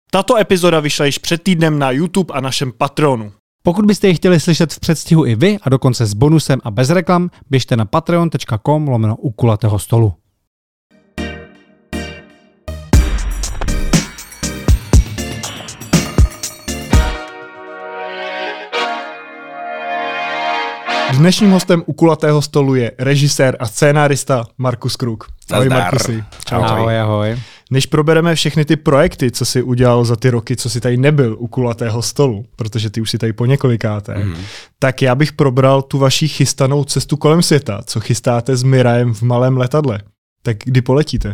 Tato epizoda vyšla již před týdnem na YouTube a našem Patreonu. Pokud byste ji chtěli slyšet v předstihu i vy a dokonce s bonusem a bez reklam, běžte na patreon.com/u-kulatého-stolu. Dnešním hostem u kulatého stolu je režisér a scénárista Markus Kruk. Ahoj Markusi. Čau. Ahoj. Než probereme všechny ty projekty, co jsi udělal za ty roky, co jsi tady nebyl u kulatého stolu, protože ty už jsi tady po několikáté, tak já bych probral tu vaši chystanou cestu kolem světa, co chystáte s Mirajem v malém letadle. Tak kdy poletíte?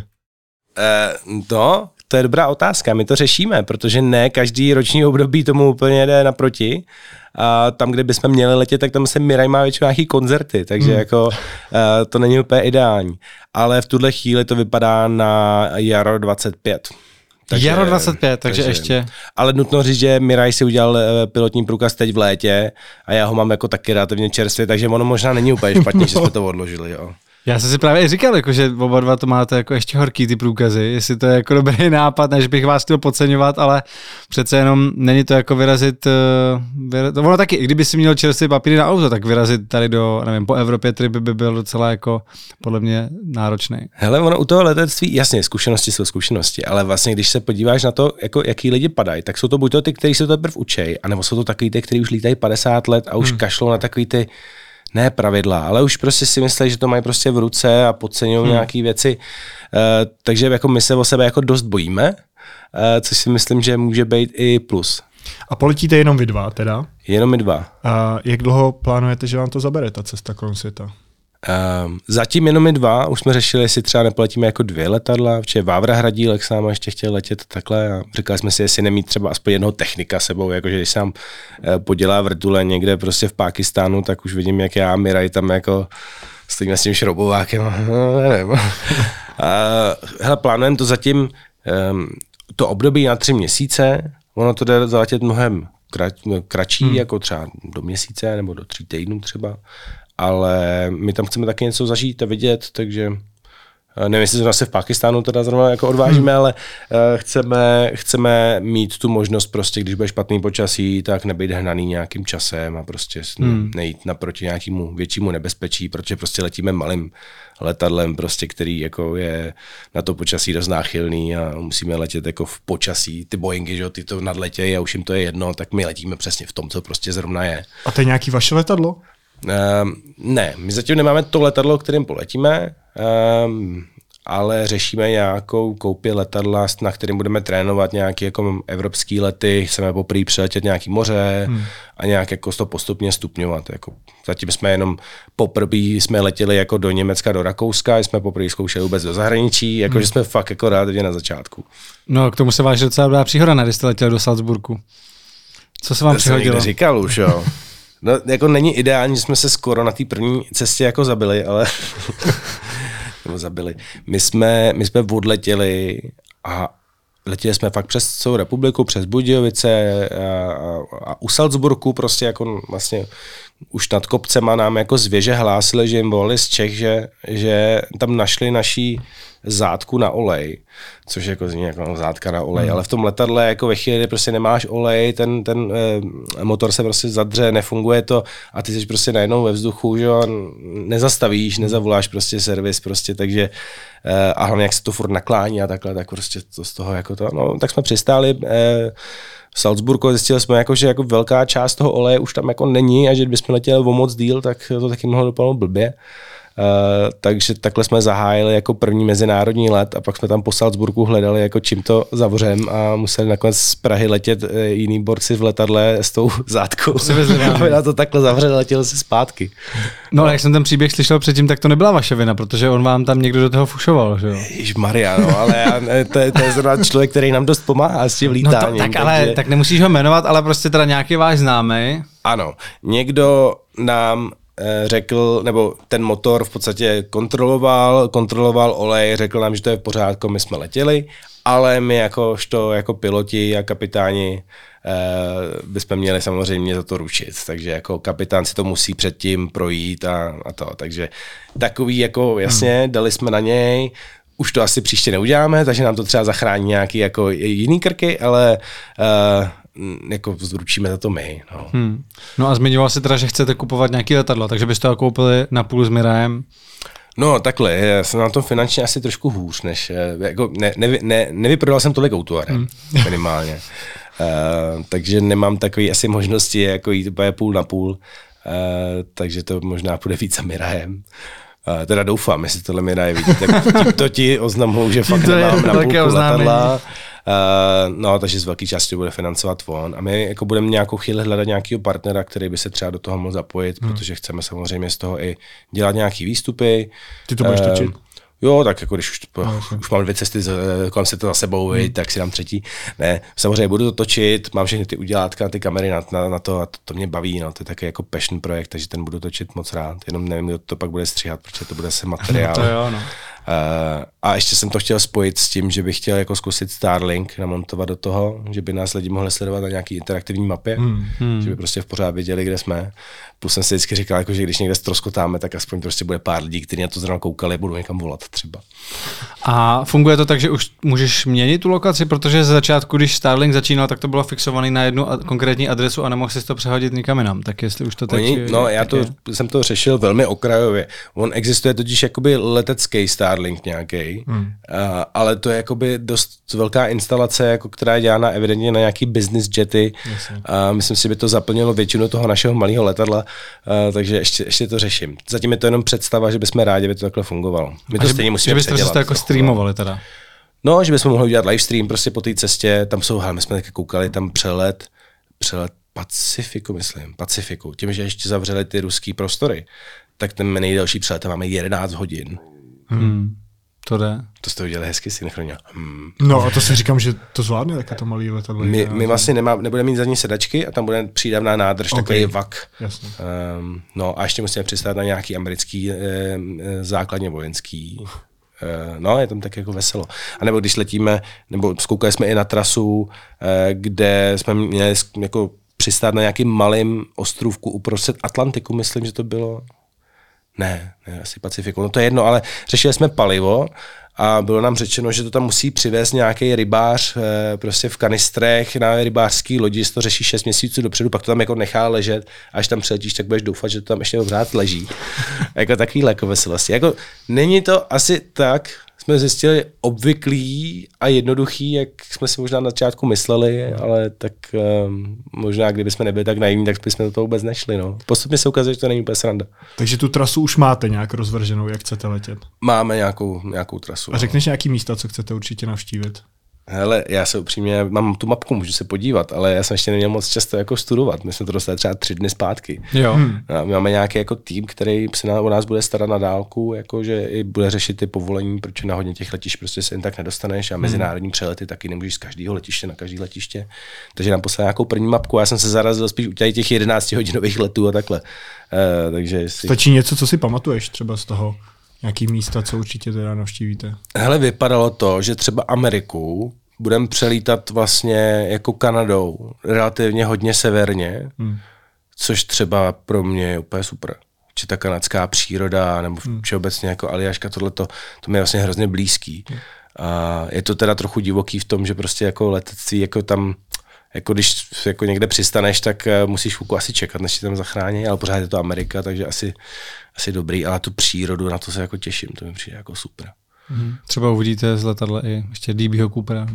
To je dobrá otázka, my to řešíme, protože ne každý roční období tomu úplně jde naproti. A tam, kde bychom měli letět, tak tam se Miraj má většinou nějaký koncerty, takže jako to není úplně ideální. Ale v tuhle chvíli to vypadá na jaro 25. Jaro 25, takže ještě. Ale nutno říct, že Miraj si udělal pilotní průkaz teď v létě a já ho mám jako taky relativně čerstvě, takže ono možná není úplně špatně, že jsme to odložili. Jo. Já jsem si právě říkal, jako, že oba dva to máte jako ještě horký ty průkazy, jestli to je jako dobrý nápad, než bych vás chtěl podceňovat, ale přece jenom není to jako vyrazit, ono taky, i kdyby si měl čerstvý papíry na auto, tak vyrazit tady do, nevím, po Evropě trip by byl docela jako podle mě náročný. Hele, ono u toho letectví, jasně, zkušenosti jsou zkušenosti, ale vlastně, když se podíváš na to, jako jaký lidi padají, tak jsou to buď to ty, kteří se to teprve učej, anebo jsou to takový ty, kteří už lítají 50 let a už kašlou na takový ty ne pravidla, ale už prostě si myslí, že to mají prostě v ruce a podceňují nějaké věci. Takže jako my se o sebe jako dost bojíme, což si myslím, že může být i plus. A poletíte jenom vy dva teda? Jenom my dva. A jak dlouho plánujete, že vám to zabere, ta cesta kolem světa? Zatím jenom my dva, už jsme řešili, jestli třeba nepoletíme jako 2 letadla, protože Vávra Hradílek s náma ještě chtěl letět takhle a říkali jsme si, jestli nemít třeba aspoň jednoho technika sebou, jakože když se nám podělá vrtule někde prostě v Pákistánu, tak už vidím, jak já a Miraj tam jako stojíme s tím šroubovákem, nevím. Hele, plánujeme to zatím to období na 3 měsíce, ono to jde zaletět mnohem kratší, jako třeba do měsíce nebo do 3 týdnů třeba. Ale my tam chceme taky něco zažít a vidět, takže nevím, jestli se zase v Pákistánu teda zrovna jako odvážíme, ale chceme mít tu možnost prostě, když bude špatný počasí, tak nebejt hnaný nějakým časem a prostě nejít naproti nějakému většímu nebezpečí, protože prostě letíme malým letadlem, prostě, který jako je na to počasí dost náchylný a musíme letět jako v počasí. Ty Boeingy, že ty to nadletějí a už jim to je jedno, tak my letíme přesně v tom, co prostě zrovna je. A to je nějaký vaše letadlo? Ne, my zatím nemáme to letadlo, kterým poletíme, ale řešíme nějakou koupi letadla, na kterým budeme trénovat nějaké jako evropský lety, chceme poprvé přiletět nějaký moře a nějak jako to postupně stupňovat. Jako, zatím jsme jenom poprvé jsme letěli jako do Německa, do Rakouska, jsme poprvé zkoušeli vůbec do zahraničí, jakože jsme fakt jako relativně na začátku. No, k tomu se váží docela dobrá příhoda, když jste letěli do Salzburgu. Co se vám přihodilo? To jsem říkal už, jo. No, jako není ideální, že jsme se skoro na té první cestě jako zabili, ale nebo zabili. My jsme odletěli a letěli jsme fakt přes celou republiku, přes Budějovice a u Salzburgu prostě jako vlastně už nad kopcema nám jako z věže hlásili, že jim volali z Čech, že tam našli naší zátku na olej, což jako zní jako zádka na olej, ale v tom letadle jako ve chvíli, kdy prostě nemáš olej, ten motor se prostě zadře, nefunguje to a ty jsi prostě najednou ve vzduchu, že nezastavíš, nezavoláš prostě servis prostě, takže a hlavně jak se to furt naklání a takhle, tak prostě to z toho jako to, no tak jsme přistáli v Salzburgu, zjistili jsme jako, že jako velká část toho oleje už tam jako není a že kdybychom letěli o moc díl, tak to taky mohlo dopadnout blbě. Takže takhle jsme zahájili jako první mezinárodní let a pak jsme tam po Salzburgu hledali, jako čím to zavřem a museli nakonec z Prahy letět jiný borci v letadle s tou zátkou. Aby na to takhle zavřeli, letěli si zpátky. No, jak jsem ten příběh slyšel předtím, tak to nebyla vaše vina, protože on vám tam někdo do toho fušoval, že jo? Ježišmarja, no, ale to je zrovna člověk, který nám dost pomáhá s tím lítáním. No tak nemusíš ho jmenovat, ale prostě teda nějaký váš známý. Ano, někdo nám řekl, nebo ten motor v podstatě kontroloval olej, řekl nám, že to je v pořádku, my jsme letěli, ale my jako piloti a kapitáni bychom měli samozřejmě za to ručit, takže jako kapitán si to musí předtím projít a to, takže takový jako jasně, dali jsme na něj, už to asi příště neuděláme, takže nám to třeba zachrání nějaký jako jiný krky, ale jako zručíme za to my. No. No a zmiňoval si teda, že chcete kupovat nějaký letadlo, takže byste to koupili na půl s Mirajem. No takhle, já jsem na tom finančně asi trošku hůř, než jako nevyprodal jsem tolik autuaren, minimálně. Takže nemám takové asi možnosti jako jít úplně půl na půl, takže to možná půjde víc za Mirajem. Teda doufám, jestli tohle Miraj vidí, tak to ti oznamuju, že fakt nemám na půlku letadla. No, takže z velké části to bude financovat on. A my jako budeme nějakou chvíli hledat nějakého partnera, který by se třeba do toho mohl zapojit, protože chceme samozřejmě z toho i dělat nějaký výstupy. Ty to budeš točit? Jo, tak jako když už mám 2 cesty kolem se to za sebou, tak si dám 3. Ne, samozřejmě budu to točit, mám všechny ty udělátka, ty kamery na to a to mě baví, no, to je taky jako passion projekt, takže ten budu točit moc rád, jenom nevím, kdo to pak bude stříhat, protože to bude se materiál. To jo, no. A ještě jsem to chtěl spojit s tím, že bych chtěl jako zkusit Starlink namontovat do toho, že by nás lidi mohli sledovat na nějaký interaktivní mapě, že by prostě v pořád věděli, kde jsme. Plus jsem si vždycky říkal, jako, že když někde ztroskotáme, tak aspoň prostě bude pár lidí, kteří na to zrovna koukali, budou někam volat třeba. A funguje to tak, že už můžeš měnit tu lokaci, protože ze začátku, když Starlink začínal, tak to bylo fixované na jednu konkrétní adresu a nemohl si to přehodit nikam jinam. Tak jestli už to teď... jsem to řešil velmi okrajově. On existuje totiž jakoby letecký Starlink nějaký, ale to je jakoby dost velká instalace, jako která je dělána evidentně na nějaký business jety. A myslím si, že by to zaplnilo většinu toho našeho malého letadla, takže ještě to řeším. Zatím je to jenom představa, že bychom rádi, aby to takhle fungovalo. My to stejně musíme předělat. Že byste to jako streamovali teda? No, že bychom mohli udělat livestream prostě po té cestě, tam jsou, my jsme taky koukali, tam přelet Pacifiku, tím, že ještě zavřeli ty ruský prostory, tak ten nejdelší přelet máme 11 hodin. To jde. To jste udělali hezky synchronně. No a to si říkám, že to zvládne také to malý letadlo. My vlastně nebudeme mít zadní sedačky a tam bude přídavná nádrž, takový vak. No a ještě musíme přistát na nějaký americký základně vojenský. No, je tam tak jako veselo. A nebo když letíme, nebo zkoukali jsme i na trasu, kde jsme měli jako přistát na nějakým malým ostrůvku uprostřed Atlantiku, myslím, že to bylo. Ne, asi Pacifiku, no to je jedno, ale řešili jsme palivo a bylo nám řečeno, že to tam musí přivést nějaký rybář prostě v kanistrech na rybářský lodi, to řeší 6 měsíců dopředu, pak to tam jako nechá ležet, až tam přiletíš, tak budeš doufat, že to tam ještě pořád leží. Jako takovýhle jako veselosti. Jako není to asi tak, jsme zjistili obvyklý a jednoduchý, jak jsme si možná na začátku mysleli, ale tak možná, kdyby jsme nebyli tak naivní, tak bychom do toho vůbec nešli. No. Postupně se ukazuje, že to není úplně sranda. Takže tu trasu už máte nějak rozvrženou, jak chcete letět? Máme nějakou trasu. A řekneš nějaký místa, co chcete určitě navštívit? Hele, já se upřímně, mám tu mapku, můžu se podívat, ale já jsem ještě neměl moc často jako studovat. My jsme to dostali třeba 3 dny zpátky. Jo. My máme nějaký jako tým, který se o nás bude starat na dálku, jako že i bude řešit ty povolení, protože na hodně těch letišť prostě se jen tak nedostaneš a mezinárodní přelety taky nemůžeš z každého letiště na každé letiště. Takže nám poslali nějakou první mapku a já jsem se zarazil spíš u těch 11hodinových letů a takhle. Takže stačí něco, co si pamatuješ třeba z toho? Nějaký místa, co určitě teda navštívíte? Hele, vypadalo to, že třeba Ameriku budeme přelítat vlastně jako Kanadou relativně hodně severně, což třeba pro mě je úplně super. Či ta kanadská příroda, nebo všeobecně jako Aljaška, tohleto, to mi je vlastně hrozně blízký. A je to teda trochu divoký v tom, že prostě jako letectví, jako tam, jako když jako někde přistaneš, tak musíš chvilku asi čekat, než tě tam zachrání, ale pořád je to Amerika, takže asi dobrý, ale tu přírodu, na to se jako těším, to mi přijde jako super. Třeba uvidíte z letadla i ještě DBho Coopera.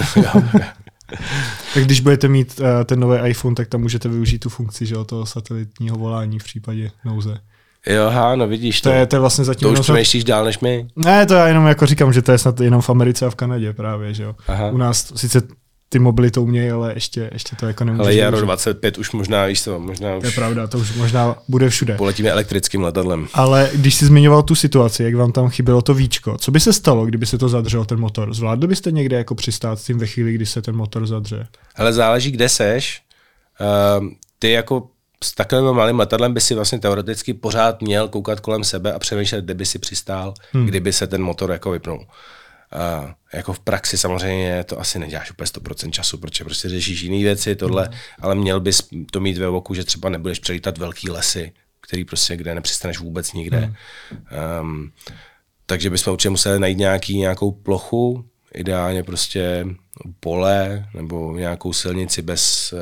Tak když budete mít ten nový iPhone, tak tam můžete využít tu funkci, že, toho satelitního volání v případě nouze. Jo, no vidíš to. To je vlastně zatím... To už přemýšlíš dál než my? Ne, to já jenom jako říkám, že to je snad jenom v Americe a v Kanadě právě, že jo. U nás sice ty mobily to umějí, ale ještě to jako nemůžeš. Ale Jaro 25 už možná, víš co, možná už... To je pravda, to už možná bude všude. Poletíme elektrickým letadlem. Ale když jsi zmiňoval tu situaci, jak vám tam chybělo to víčko, co by se stalo, kdyby se to zadřel ten motor? Zvládli byste někde jako přistát s tím ve chvíli, kdy se ten motor zadře? Hele, záleží, kde seš. Ty jako s takovým malým letadlem by si vlastně teoreticky pořád měl koukat kolem sebe a přemýšlet, kde by si přistál, kdyby se ten motor jako vypnul. Jako v praxi samozřejmě to asi neděláš úplně 100% času, protože prostě řešíš jiné věci, tohle, ale měl bys to mít ve oku, že třeba nebudeš přelítat velký lesy, který prostě kde nepřistaneš vůbec nikde. Takže bychom určitě museli najít nějakou plochu, ideálně prostě pole nebo nějakou silnici bez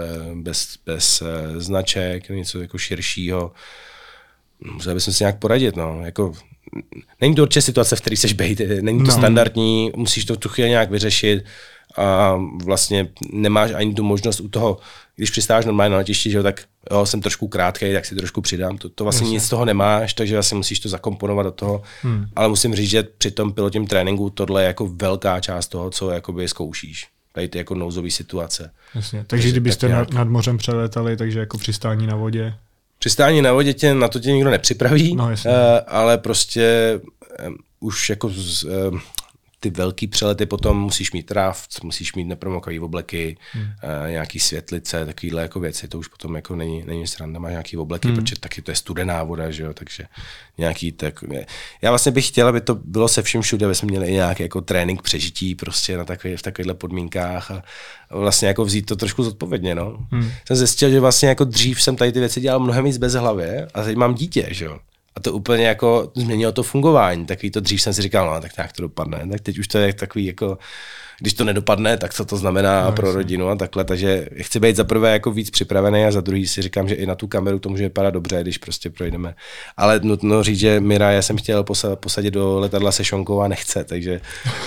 značek, něco jako širšího. Museli bychom si nějak poradit, no. Jako, není to určitě situace, v které seš bejt, není to standardní, musíš to tu chvíli nějak vyřešit a vlastně nemáš ani tu možnost u toho, když přistáváš normálně na letišti, že jo, tak jo, jsem trošku krátkej, tak si trošku přidám. To vlastně nic z toho nemáš, takže vlastně musíš to zakomponovat do toho. Ale musím říct, že při tom pilotním tréninku tohle je jako velká část toho, co jakoby zkoušíš. Tady ty jako nouzové situace. Jasně. Takže kdybyste nad mořem přelétali, takže jako přistání na vodě? Přistání na vodě na to tě nikdo nepřipraví, ale prostě už jako ty velký přelety potom musíš mít raft, musíš mít nepromokavý obleky, nějaký světlice, takovýhle jako věci, to už potom jako není sranda, máš nějaký obleky, protože taky to je studená voda, že jo, takže nějaký tak. Já vlastně bych chtěl, aby to bylo se vším všude, aby jsme měli i nějaký jako trénink přežití prostě v takovýchhle podmínkách a vlastně jako vzít to trošku zodpovědně, no. Jsem zjistil, že vlastně jako dřív jsem tady ty věci dělal mnohem víc bezhlavě a teď mám dítě, že jo. A to úplně jako změnilo to fungování. Takový to dřív jsem si říkal, no tak nějak to dopadne. Tak teď už to je takový jako, když to nedopadne, tak co to znamená pro rodinu a takhle. Takže chci být za prvé jako víc připravený a za druhý si říkám, že i na tu kameru to může vypadat dobře, když prostě projdeme. Ale nutno říct, že Mira, já jsem chtěl posadit do letadla se Šonkou a nechce, takže...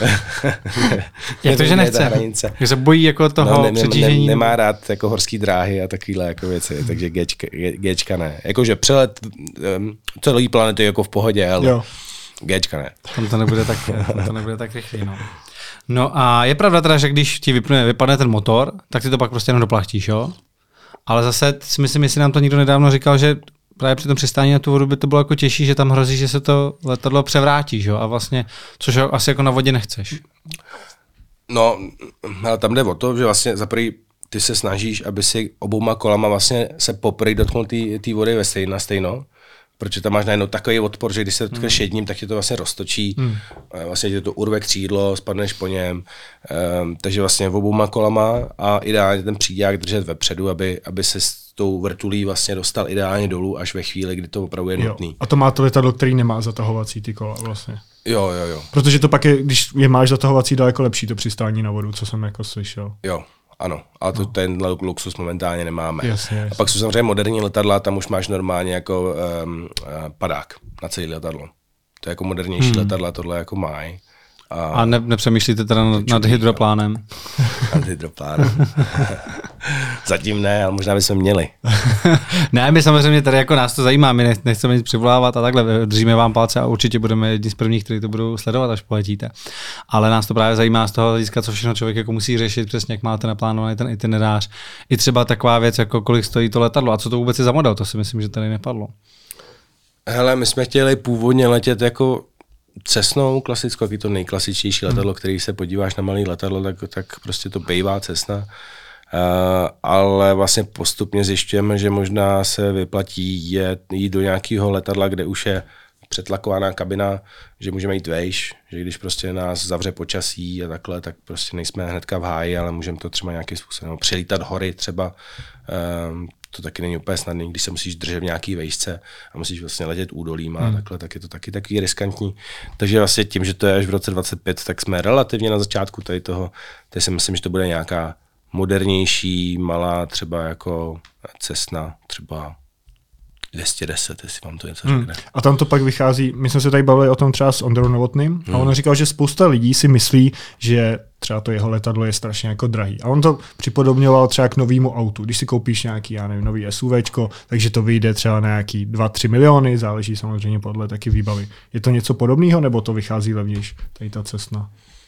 Jak to, že nechce? Že se bojí jako toho přetížení? Nemá rád jako horský dráhy a takovýhle jako věci, takže Gčka ne. Jakože přelet celý planety jako v pohodě, ale Gčka ne. Tam to nebude tak rychlý, no. No a je pravda teda, že když ti vypadne ten motor, tak ty to pak prostě jenom doplachtíš, jo? Ale zase si myslím, jestli nám to někdo nedávno říkal, že právě při tom přistání na tu vodu by to bylo jako těžší, že tam hrozí, že se to letadlo převrátí, jo? A vlastně, což asi jako na vodě nechceš. No, ale tam jde o to, že vlastně za prvý ty se snažíš, aby si obouma kolama vlastně se poprvé dotknul té vody na stejno. Protože tam máš najednou takový odpor, že když se dotkneš jedním, tak tě to vlastně roztočí, vlastně tě to urve křídlo, spadneš po něm, takže vlastně v obouma kolama a ideálně ten příďák držet vepředu, aby se s tou vrtulí vlastně dostal ideálně dolů až ve chvíli, kdy to opravdu je nutný. A to má to letadlo, který nemá zatahovací ty kola vlastně. Jo. Protože to pak je, když je máš zatahovací, daleko lepší to přistání na vodu, co jsem jako slyšel. Jo. Ano, ale ten luxus momentálně nemáme. Jasně. A pak jsou samozřejmě moderní letadla, tam už máš normálně jako padák na celé letadlo. To je jako modernější letadla, tohle jako mají. A nepřemýšlíte teda nad hydroplánem? Nad hydroplánem. Zatím ne, ale možná bychom měli. Ne, my samozřejmě tady jako nás to zajímá, my nechceme nic přivolávat a takhle, držíme vám palce a určitě budeme jedni z prvních, kteří to budou sledovat, až poletíte. Ale nás to právě zajímá z toho hlediska, co všechno člověk jako musí řešit, přesně jak máte naplánovaný ten itinerář. I třeba taková věc, jako kolik stojí to letadlo a co to vůbec je za model, to si myslím, že tady nepadlo. Hele, my jsme chtěli původně letět jako Cessnou klasickou, jaký to nejklasičtější letadlo, který se podíváš na malý letadlo, tak prostě to bývá Cessna. Ale vlastně postupně zjišťujeme, že možná se vyplatí jít do nějakého letadla, kde už je přetlakovaná kabina, že můžeme jít vejš, že když prostě nás zavře počasí a takhle, tak prostě nejsme hnedka v háji, ale můžeme to třeba nějakým způsobem přelítat hory třeba. To taky není úplně snadné, když se musíš držet v nějaký vejšce a musíš vlastně letět údolím a takhle, tak je to taky takový riskantní. Takže vlastně tím, že to je až v roce 2025, tak jsme relativně na začátku tady toho, teď si myslím, že to bude nějaká modernější, malá třeba jako Cessna, třeba 210, jestli vám to něco řekne. A tam to pak vychází, my jsme se tady bavili o tom třeba s Ondrou Novotným a on říkal, že spousta lidí si myslí, že třeba to jeho letadlo je strašně jako drahý. A on to připodobňoval třeba k novému autu. Když si koupíš nějaký, já nevím, nový SUVčko, takže to vyjde třeba na nějaký 2-3 miliony, záleží samozřejmě podle taky výbavy. Je to něco podobného, nebo to vychází levnější, tady ta Cessna?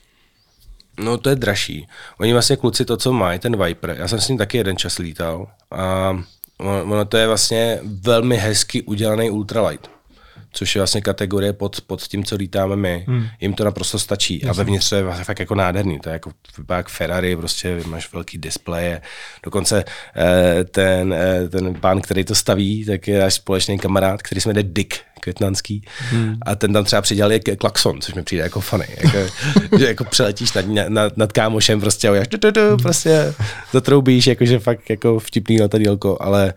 No to je dražší. Oni vlastně kluci to, co mají, ten Viper, já jsem s ním taky jeden čas lítal a ono to je vlastně velmi hezky udělaný ultralight, což je vlastně kategorie pod tím, co lítáme my. Jim to naprosto stačí. Jasně. A vevnitř to je fakt jako nádherný. To je jako Ferrari, prostě máš velký displeje. Dokonce ten pán, který to staví, tak je náš společný kamarád, který se jmenuje Dick Květnanský. A ten tam třeba přidělal klakson, což mi přijde jako funny. Že jako přeletíš nad kámošem prostě a prostě zatroubíš, jakože fakt jako vtipný letadílko, ale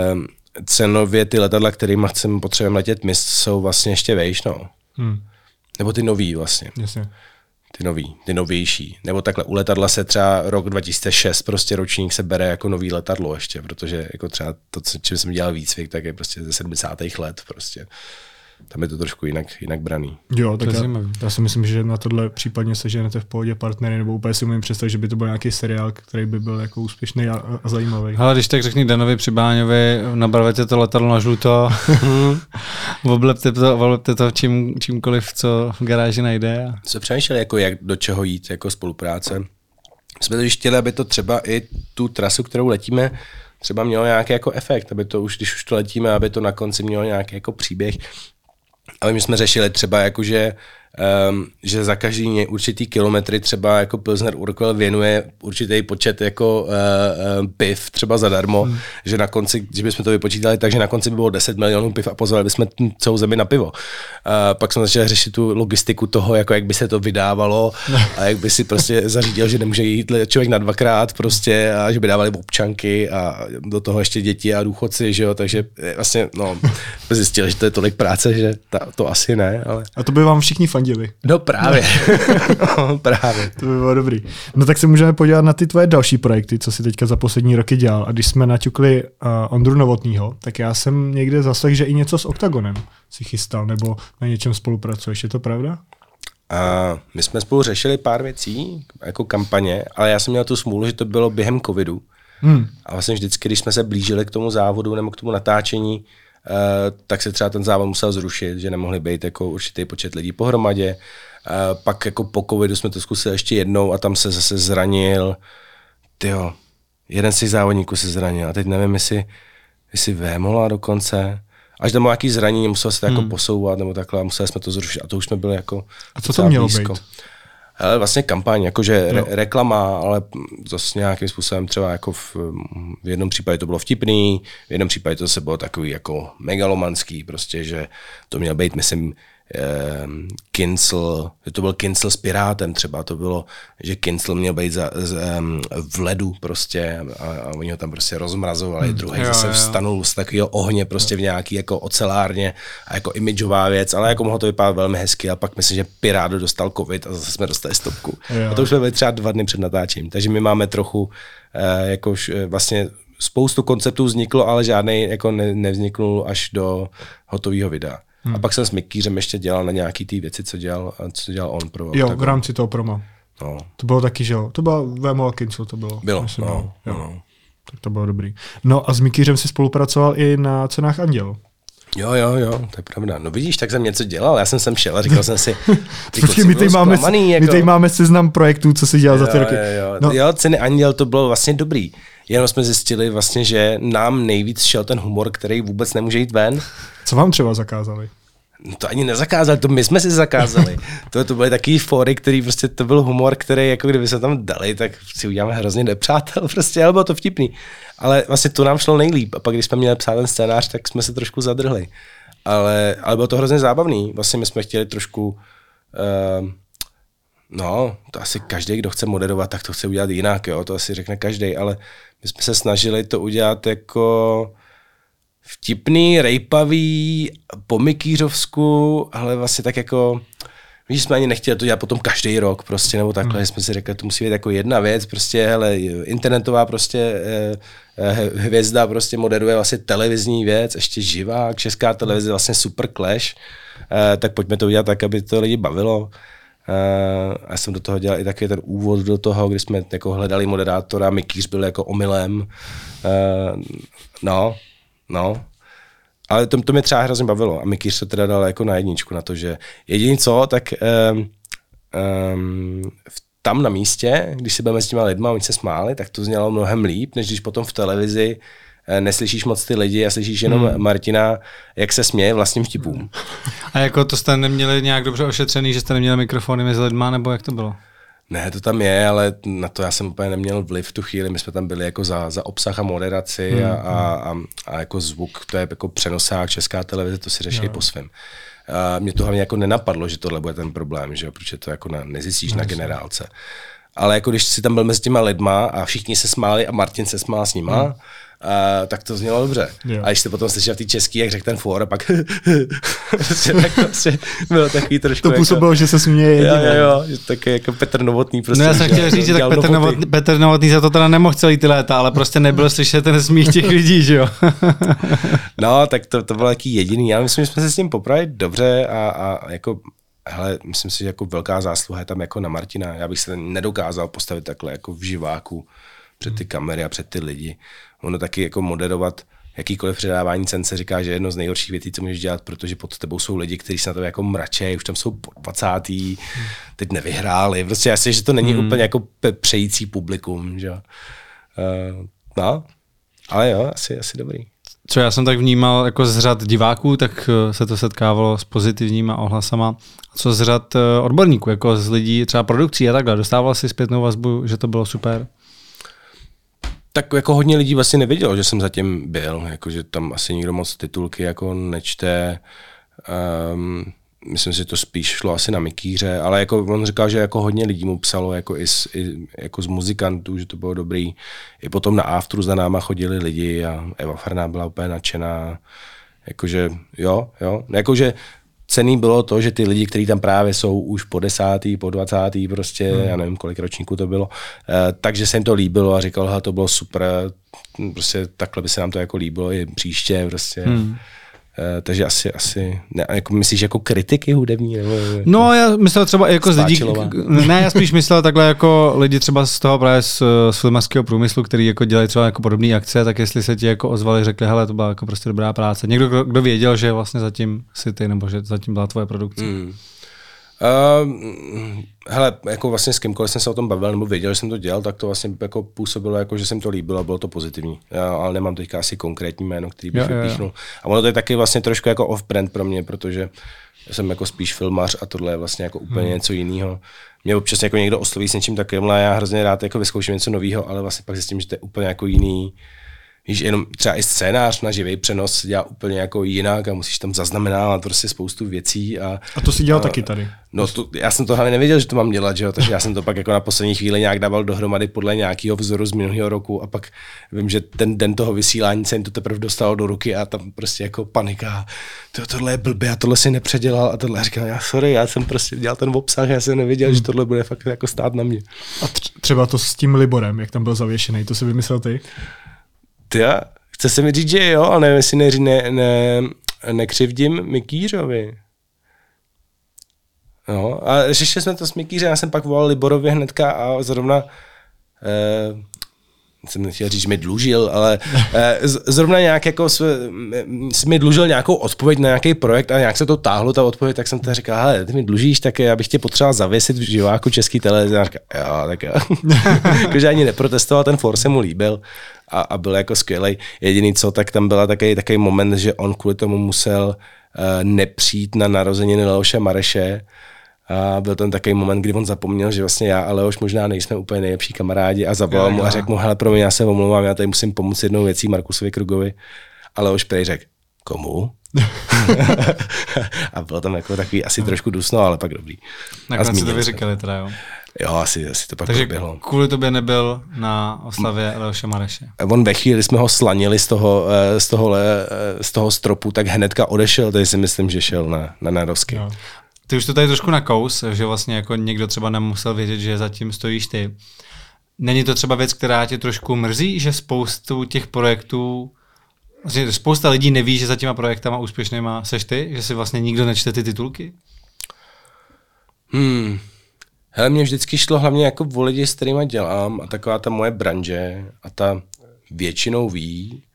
cenově ty letadla, kterými potřebujeme letět, my jsou vlastně ještě vejš, no. Nebo ty nový vlastně. Jasně. Ty novější. Nebo takhle, u letadla se třeba rok 2006, prostě ročník se bere jako nový letadlo ještě, protože jako třeba to, čím jsem dělal výcvik, tak je prostě ze 70. let prostě. Tam je to trošku jinak braný. Jo, tak já si myslím, že na tohle případně seženete v pohodě partnery, nebo úplně si umím představit, že by to byl nějaký seriál, který by byl jako úspěšný a zajímavý. Ale když tak řekni Danovi Přibáňovi, nabarvete to letadlo na žluto, oblepte to čímkoliv, co v garáži najde. Se přemýšleli, jako jak do čeho jít, jako spolupráce. Jsme to chtěli, aby to třeba i tu trasu, kterou letíme, třeba mělo nějaký jako efekt, aby to už, když už to letíme, aby to na konci mělo nějaký jako příběh. Ale my jsme řešili třeba jako, že za každý určitý kilometry třeba jako Pilsner Urquell věnuje určitý počet jako piv třeba zadarmo, že na konci, když bychom to vypočítali, takže na konci by bylo 10 milionů piv a pozvali bychom celou zemi na pivo. Pak jsme začali řešit tu logistiku toho, jako jak by se to vydávalo a jak by si prostě zařídil, že nemůže jít člověk na dvakrát prostě a že by dávali občanky a do toho ještě děti a důchodci, že jo, takže vlastně no, zjistili, že to je tolik práce, že to asi ne, ale... A to by vám všichni fandili. No právě. No, právě. To by bylo dobrý. No tak se můžeme podívat na ty tvoje další projekty, co jsi teďka za poslední roky dělal. A když jsme naťukli Ondru Novotnýho, tak já jsem někde zaslechl, že i něco s Octagonem si chystal, nebo na něčem spolupracuješ. Je to pravda? My jsme spolu řešili pár věcí, jako kampaně, ale já jsem měl tu smůlu, že to bylo během covidu. A vlastně vždycky, když jsme se blížili k tomu závodu nebo k tomu natáčení, tak se třeba ten závod musel zrušit, že nemohli být jako určitý počet lidí pohromadě. Pak jako po covidu jsme to zkusili ještě jednou a tam se zase zranil. Jeden z těch závodníků se zranil a teď nevím, jestli Vémola dokonce. Až tam bylo nějaký zranění, musel se to jako posouvat nebo takhle a museli jsme to zrušit a to už jsme byli jako a co to mělo blízko. Být? Ale vlastně kampaň, jakože reklama, ale zase nějakým způsobem třeba jako v jednom případě to bylo vtipný, v jednom případě to se bylo takový jako megalomanský, prostě, že to měl být, myslím, Kincl, že to byl Kincl s Pirátem třeba, to bylo, že Kincl měl být v ledu prostě a oni ho tam prostě rozmrazovali, druhý zase vstanul z takového ohně prostě v nějaký jako ocelárně a jako imageová věc, ale jako mohlo to vypadat velmi hezky a pak myslím, že Pirát dostal covid a zase jsme dostali stopku. A to už jsme byli třeba 2 dny před natáčením, takže my máme trochu jakož vlastně spoustu konceptů vzniklo, ale žádný jako nevzniknul až do hotového videa. A pak jsem s Mikýřem ještě dělal na nějaký ty věci, co dělal on pro... Jo, v rámci toho promo. No. To bylo taky, že jo? To byla Vémola Kincl, to bylo. Bylo, myslím, no. Tak to bylo dobrý. No a s Mikýřem si spolupracoval i na Cenách Anděl. Jo, to je pravda. No vidíš, tak jsem něco dělal, já jsem sem šel a říkal jsem si... my tady máme seznam projektů, co jsi dělal za ty roky. Jo, Ceny Anděl to bylo vlastně dobrý. Jenom jsme zjistili vlastně, že nám nejvíc šel ten humor, který vůbec nemůže jít ven. Co vám třeba zakázali? No to ani nezakázali, to my jsme si zakázali. to byly takový fóry, který prostě to byl humor, který jako kdyby se tam dali, tak si uděláme hrozně nepřátel prostě, ale bylo to vtipný. Ale vlastně to nám šlo nejlíp a pak když jsme měli psát ten scénář, tak jsme se trošku zadrhli. Ale bylo to hrozně zábavný. Vlastně my jsme chtěli trošku to asi každý, kdo chce moderovat, tak to chce udělat jinak, jo, to asi řekne každý, ale my jsme se snažili to udělat jako vtipný, rejpavý, po Mikýřovsku, ale vlastně tak jako, víš, jsme ani nechtěli to dělat potom každý rok prostě, nebo takhle, jsme si řekli, to musí být jako jedna věc, prostě, hele, internetová prostě hvězda prostě moderuje vlastně televizní věc, ještě živá, česká televize, vlastně super clash, tak pojďme to udělat tak, aby to lidi bavilo. Já jsem do toho dělal i takový ten úvod do toho, kdy jsme jako hledali moderátora, Mikýř byl jako omylem. Ale to mě třeba hrozně bavilo a Mikýř se teda dal jako na jedničku na to, že jediný co, tak tam na místě, když se budeme s těma lidma, oni se smáli, tak to znělo mnohem líp, než když potom v televizi neslyšíš moc ty lidi a slyšíš jenom Martina, jak se směje vlastním vtipům. A jako to jste neměli nějak dobře ošetřený, že jste neměli mikrofony mezi lidma, nebo jak to bylo? Ne, to tam je, ale na to já jsem úplně neměl vliv v tu chvíli, my jsme tam byli jako za obsah a moderaci a jako zvuk, to je jako přenosák, Česká televize, to si řeší po svém. Mě to hlavně jako nenapadlo, že tohle bude ten problém, že jo, protože to jako nezjistíš na generálce. ale jako když si tam byl mezi těma lidma a všichni se smáli a Martin se smál s nima, tak to znělo dobře. Jo. A když jste potom slyšel v té český, jak řekl ten for, a pak tak prostě bylo takový trošku. To působilo, jako, že se směje jediný. Jo, že taky jako Petr Novotný prostě. No já jsem chtěl říct, že tak Petr Novotný za to teda nemohl celý ty léta, ale prostě nebyl slyšet ten smích těch lidí, že jo. No, tak to bylo taky jediný. Já myslím, že jsme se s tím popravili dobře a jako hele, myslím si, že jako velká zásluha je tam jako na Martina. Já bych se nedokázal postavit takhle jako v živáku před ty kamery a před ty lidi. Ono taky jako moderovat jakýkoliv předávání cen se říká, že je jedno z nejhorších věcí, co můžeš dělat, protože pod tebou jsou lidi, kteří se na to jako mračejí, už tam jsou po 20. teď nevyhráli. Prostě já si, že to není úplně jako přející publikum, že? No, ale jo, asi dobrý. Co já jsem tak vnímal jako z řad diváků, tak se to setkávalo s pozitivníma ohlasama. Co z řad odborníků, jako z lidí třeba produkcí a takhle, dostával si zpětnou vazbu, že to bylo super? Tak jako hodně lidí vlastně nevědělo, že jsem zatím byl, jakože tam asi nikdo moc titulky jako nečte. Myslím si, že to spíš šlo asi na mikýře, ale jako on říkal, že jako hodně lidí mu psalo jako i jako z muzikantů, že to bylo dobrý. I potom na afteru za náma chodili lidi a Eva Farná byla úplně nadšená. Jakože jo. Jakože cenný bylo to, že ty lidi, kteří tam právě jsou už po 10., po 20., prostě, já nevím, kolik ročníků to bylo, takže se jim to líbilo a říkal, hele, to bylo super, prostě takhle by se nám to jako líbilo i příště, prostě. Takže asi ne, jako myslíš jako kritiky hudební? Nebo, no já myslel třeba jako z lidí, ne, já spíš myslel takhle jako lidi třeba z toho právě z filmařského průmyslu, který jako dělají třeba jako podobné akce, tak jestli se ti jako ozvali, řekli, hele, to byla jako prostě dobrá práce. Někdo, kdo věděl, že vlastně zatím si ty, nebo že zatím byla tvoje produkce? Hele, jako vlastně s kýmkoliv jsem se o tom bavil, nebo věděl, že jsem to dělal, tak to vlastně jako působilo, jako že jsem to líbil a bylo to pozitivní. Ale nemám teďka asi konkrétní jméno, který bych vypíchnul. A ono to je taky vlastně trošku jako off-brand pro mě, protože jsem jako spíš filmař a tohle je vlastně jako úplně něco jiného. Mě občas jako někdo osloví s něčím takovým, a já hrozně rád jako vyzkouším něco nového, ale vlastně pak zjistím, že to je úplně jako jiný. Víš, jenom třeba i scénář na živý přenos se dělá úplně jako jinak a musíš tam zaznamenávat prostě spoustu věcí. A to si dělal taky tady? No, já jsem to hlavně nevěděl, že to mám dělat, že jo? Takže já jsem to pak jako na poslední chvíli nějak dával dohromady podle nějakého vzoru z minulého roku a pak vím, že ten den toho vysílání se jim to teprve dostalo do ruky a tam prostě jako panika. Tohle je blbě, já tohle si nepředělal a tohle. A říkal, já jsem prostě dělal ten obsah, já jsem nevěděl, že tohle bude fakt jako stát na mě. A třeba to s tím Liborem, jak tam byl zavěšený, to si vymyslel ty? Chce se mi říct, že jo, ale nevím, jestli nekřivdím Mikýřovi. No, a řešili jsme to s Mikýřem, já jsem pak volal Liborovi hnedka a zrovna, jsem nechtěl říct, že mi dlužil, ale zrovna nějak jako mi dlužil nějakou odpověď na nějaký projekt a nějak se to táhlo, ta odpověď, tak jsem teda říkal, hele, ty mi dlužíš, tak já bych tě potřeboval zavěsit v živáku Český televize. A říkal, jo, tak jo. Jakože ani neprotestoval, ten for se mu líbil a byl jako skvělej. Jediný co, tak tam byla takový moment, že on kvůli tomu musel nepřijít na narozeniny Leoše Mareše. A byl ten takový moment, kdy on zapomněl, že vlastně já a Leoš možná nejsme úplně nejlepší kamarádi a zavolal mu a řekl mu, hele, promiň, já se omlouvám, já tady musím pomoct jednou věcí Markusovi Krugovi. A Leoš prej řekl, komu? A bylo tam jako takový asi trošku dusno, ale pak dobrý. Nakonec si to vyříkali teda, jo? Jo, asi to pak takže proběhlo. Kvůli tobě nebyl na oslavě Leoše Mareše. On ve chvíli, jsme ho slanili z toho stropu, tak hnedka odešel, takže si myslím, že šel na Narovsky. Jo. Ty už to tady trošku nakous, že vlastně jako někdo třeba nemusel vědět, že zatím stojíš ty. Není to třeba věc, která tě trošku mrzí, že spoustu těch projektů, vlastně spousta lidí neví, že za těma projektama úspěšnýma seš ty, že si vlastně nikdo nečte ty titulky? Hele, mě vždycky šlo hlavně jako o lidi, s kterýma dělám a taková ta moje branže a ta většinou ví,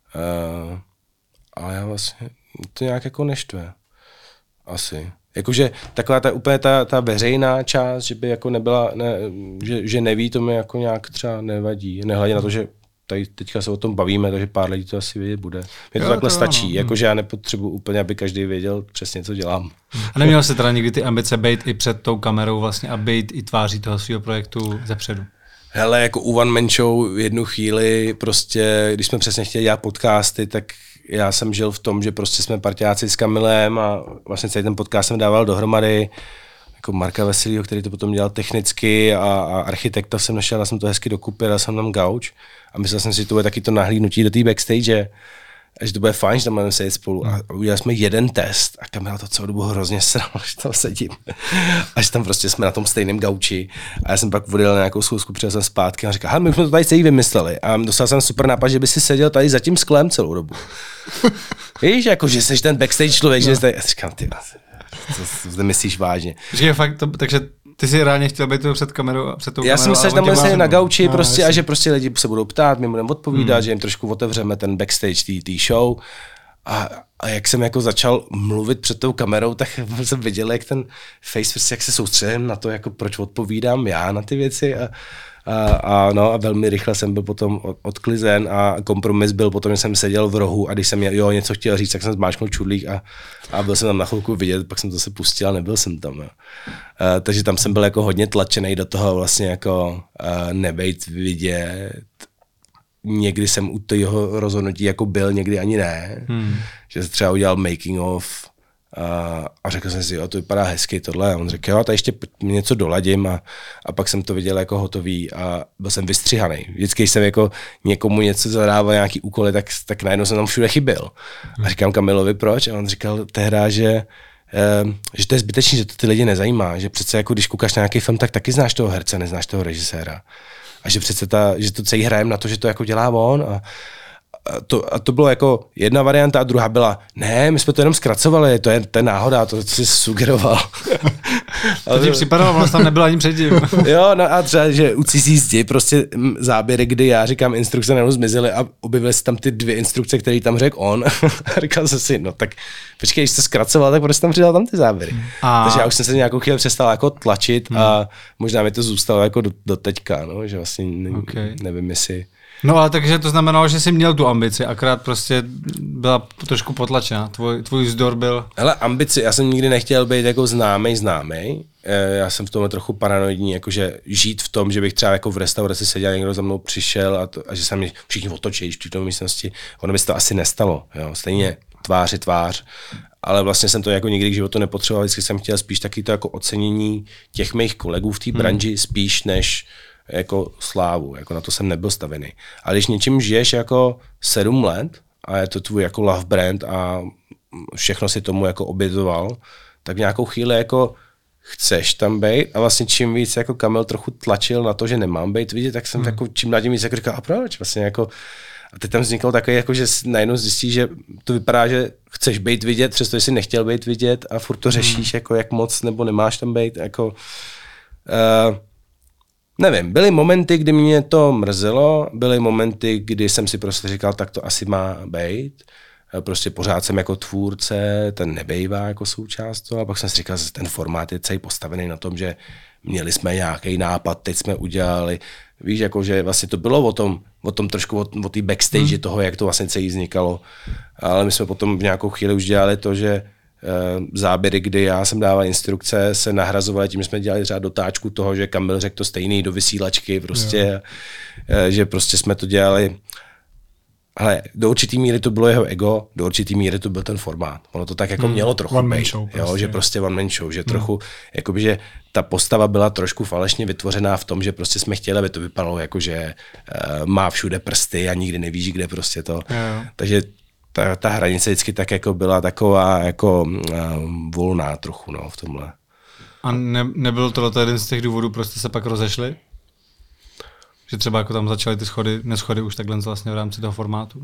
ale já vlastně to nějak jako neštve. Asi. Jakože taková ta veřejná část, že by jako nebyla, že neví, to mi jako nějak třeba nevadí. Nehledě na to, že tady teďka se o tom bavíme, takže pár lidí to asi vědět bude. Mně to takhle stačí, jakože já nepotřebuji úplně, aby každý věděl přesně, co dělám. A neměl jsi teda někdy ty ambice být i před tou kamerou vlastně a být i tváří toho svého projektu zepředu? Hele, jako u One Man Show v jednu chvíli prostě, když jsme přesně chtěli dělat podcasty, tak já jsem žil v tom, že prostě jsme parťáci s Kamilem a vlastně celý ten podcast jsem dával dohromady. jako Marka Veselýho, který to potom dělal technicky a architekta jsem našel, já jsem to hezky dokupil, dal jsem tam gauč a myslel jsem si, že to bude taky to nahlídnutí do té backstage, a že to bude fajn, že tam budeme sedět spolu. A udělali jsme jeden test a Kamila to celou dobu hrozně sral, že tam sedím. Až tam prostě jsme na tom stejném gauči. A já jsem pak odjel na nějakou schůzku, přijel jsem zpátky a říkal, my jsme to tady celý vymysleli. A dostal jsem super nápad, že by si seděl tady za tím sklem celou dobu. Víš, jako, že jsi ten backstage člověk, že jsi tady... Já říkám, ty, to myslíš vážně. Že fakt to, takže ty jsi reálně chtěl být před kamerou, před tou kamerou. Já jsem myslel, že tam bude na gauči prostě a že prostě lidi se budou ptát, my budeme odpovídat, že jim trošku otevřeme ten backstage té show. A jak jsem jako začal mluvit před tou kamerou, tak jsem viděl, jak ten face prostě, jak se soustředím na to, jako proč odpovídám já na ty věci a velmi rychle jsem byl potom odklizen a kompromis byl potom, že jsem seděl v rohu a když jsem něco chtěl říct, tak jsem zmáčknul čudlík a byl jsem tam na chvilku vidět, pak jsem to se pustil a nebyl jsem tam. Jo. Takže tam jsem byl jako hodně tlačený do toho vlastně jako nebejt vidět. Někdy jsem u toho rozhodnutí jako byl, někdy ani ne. Že se třeba udělal making of a řekl jsem si, jo, to vypadá hezky tohle. A on řekl, jo, tady ještě něco doladím a pak jsem to viděl jako hotový a byl jsem vystřihaný. Vždycky, když jsem jako někomu něco zadával, nějaký úkoly, tak najednou jsem tam všude chyběl. A říkám Kamilovi, proč? A on říkal tehdy, že to je zbytečný, že to ty lidi nezajímá, že přece jako když koukáš na nějaký film, tak taky znáš toho herce, neznáš toho režiséra. A že přece že to celý hrajem na to, že to jako dělá on a to bylo jako jedna varianta a druhá byla, ne, my jsme to jenom zkracovali, to je náhoda, to jsi sugeroval. To ti připadalo, vlastně tam nebylo ani předtím. Jo, no a třeba, že u cizí zdi prostě záběry, kdy já říkám instrukce najednou zmizely a objevily se tam ty 2 instrukce, které tam řekl on. A říkal jsem si, no tak počkej, když jsi to zkracoval, tak prostě tam přidal tam ty záběry. Takže já už jsem se nějakou chvíli přestal jako tlačit a možná mi to zůstalo jako do teďka, no, že vlastně nevím, jestli... No ale takže to znamenalo, že jsi měl tu ambici, akorát prostě byla trošku potlačena. Tvůj vzdor byl... Hele, ambici, já jsem nikdy nechtěl být jako známej. Já jsem v tom trochu paranoidní, jakože žít v tom, že bych třeba jako v restauraci seděl, někdo za mnou přišel a že se mě všichni otočí v té místnosti. Ono by se to asi nestalo, jo? Stejně tvář, ale vlastně jsem to jako nikdy k životu nepotřeboval, vždycky jsem chtěl spíš taky to jako ocenění těch mých kolegů v té branži spíš než jako slávu, jako na to jsem nebyl stavený. Ale když něčím žiješ jako 7 let a je to tvůj jako love brand a všechno si tomu jako obětoval, tak v nějakou chvíli jako chceš tam být a vlastně čím víc jako Kamil trochu tlačil na to, že nemám být vidět, tak jsem jako čím na tím víc jako říkal, a proč? Vlastně jako, a teď tam vzniklo takové, jako, že najednou zjistíš, že to vypadá, že chceš být vidět, přestože jsi nechtěl být vidět a furt to řešíš, jako jak moc nebo nemáš tam být, jako... Nevím, byly momenty, kdy mě to mrzelo, byly momenty, kdy jsem si prostě říkal, tak to asi má být. Prostě pořád jsem jako tvůrce, ten nebejvá jako součást toho. A pak jsem si říkal, že ten formát je celý postavený na tom, že měli jsme nějaký nápad, teď jsme udělali. Víš, jako, že vlastně to bylo o tom trošku o té backstage toho, jak to vlastně celý vznikalo. Ale my jsme potom v nějakou chvíli už dělali to, že záběry, kdy já jsem dával instrukce, se nahrazovaly tím, že jsme dělali třeba dotáčku toho, že Kamil řekl to stejný do vysílačky, prostě, že prostě jsme to dělali. Ale do určitý míry to bylo jeho ego, do určitý míry to byl ten formát. Ono to tak jako mělo trochu být, že prostě one man show, že trochu, jakoby, že ta postava byla trošku falešně vytvořená v tom, že prostě jsme chtěli, aby to vypadalo jako, že má všude prsty a nikdy nevíš, kde prostě to. Takže ta hranice vždycky tak jako byla taková jako volná trochu, no, v tomhle. A nebyl to jeden z těch důvodů, proč jste se pak rozešli? Že třeba jako tam začaly ty neschody už takhle vlastně v rámci toho formátu?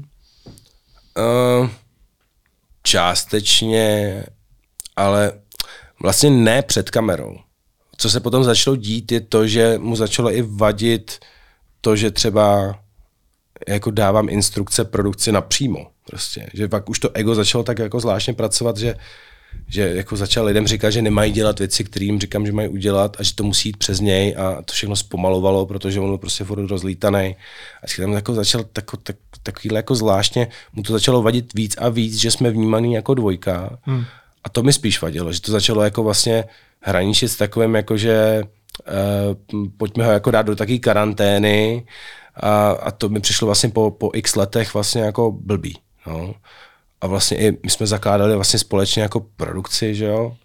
Částečně, ale vlastně ne před kamerou. Co se potom začalo dít, je to, že mu začalo i vadit to, že třeba jako dávám instrukce produkci napřímo. Prostě. Že pak už to ego začalo tak jako zvláštně pracovat, že jako začal lidem říkat, že nemají dělat věci, které jim říkám, že mají udělat a že to musí jít přes něj a to všechno zpomalovalo, protože on byl prostě furt rozlítaný. A tam jako začal takovýhle jako zvláštně, mu to začalo vadit víc a víc, že jsme vnímaný jako dvojka. A to mi spíš vadilo, že to začalo jako vlastně hraničit s takovým jako, že pojďme ho jako dát do takové karantény a to mi přišlo vlastně po x letech vlastně jako blbý. No. A vlastně i my jsme zakládali vlastně společně jako produkci, že jo.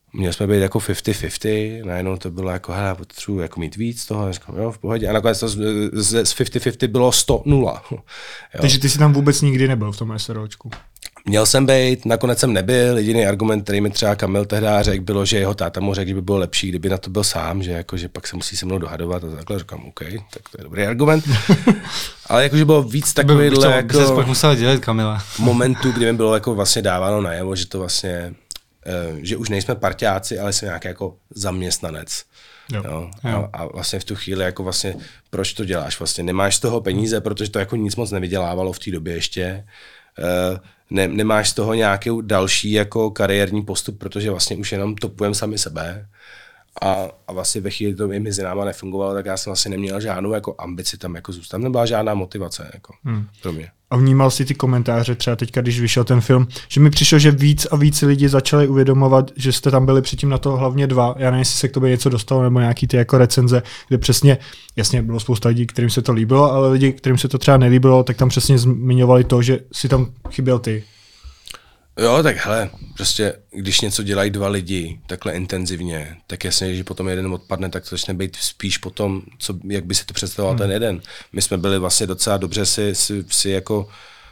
měli jsme být jako 50-50, najednou to bylo jako, hele, potřebuji jako mít víc toho, říkám, jo, v pohodě. A nakonec to z 50-50 bylo 100-0. Takže ty jsi tam vůbec nikdy nebyl v tom SROčku? Měl jsem být, nakonec jsem nebyl. Jediný argument, který mi třeba Kamil tehdy řekl, bylo, že jeho táta mu řekl, že by bylo lepší, kdyby na to byl sám, že, jako, že pak se musí se mnou dohadovat a takhle. Říkám, OK, tak to je dobrý argument. Ale jakože bylo víc takovýhle jako... By pak musel dělat, Kamila. Momentů, kdy mi bylo jako vlastně dáváno najevo, že to vlastně, že už nejsme parťáci, ale jsem nějaký jako zaměstnanec. Jo. A vlastně v tu chvíli jako vlastně, proč to děláš? Vlastně nemáš z toho peníze, protože to jako nic moc nevydělávalo v té době ještě. Nemáš z toho nějaký další jako kariérní postup, protože vlastně už jenom topujeme sami sebe a vlastně ve chvíli to i mezi náma nefungovalo, tak já jsem vlastně neměl žádnou jako ambici tam jako zůstat, nebyla žádná motivace jako pro mě. A vnímal jsi ty komentáře třeba teďka, když vyšel ten film, že mi přišlo, že víc a víc lidí začali uvědomovat, že jste tam byli předtím na to hlavně dva. Já nevím, jestli se k tobě něco dostalo, nebo nějaký ty jako recenze, kde přesně, jasně bylo spousta lidí, kterým se to líbilo, ale lidi, kterým se to třeba nelíbilo, tak tam přesně zmiňovali to, že si tam chyběl ty. Jo, tak hele, prostě když něco dělají dva lidi takhle intenzivně, tak jasně, že potom jeden odpadne, tak to začne být spíš potom, jak by si to představoval ten jeden. My jsme byli vlastně docela dobře si jako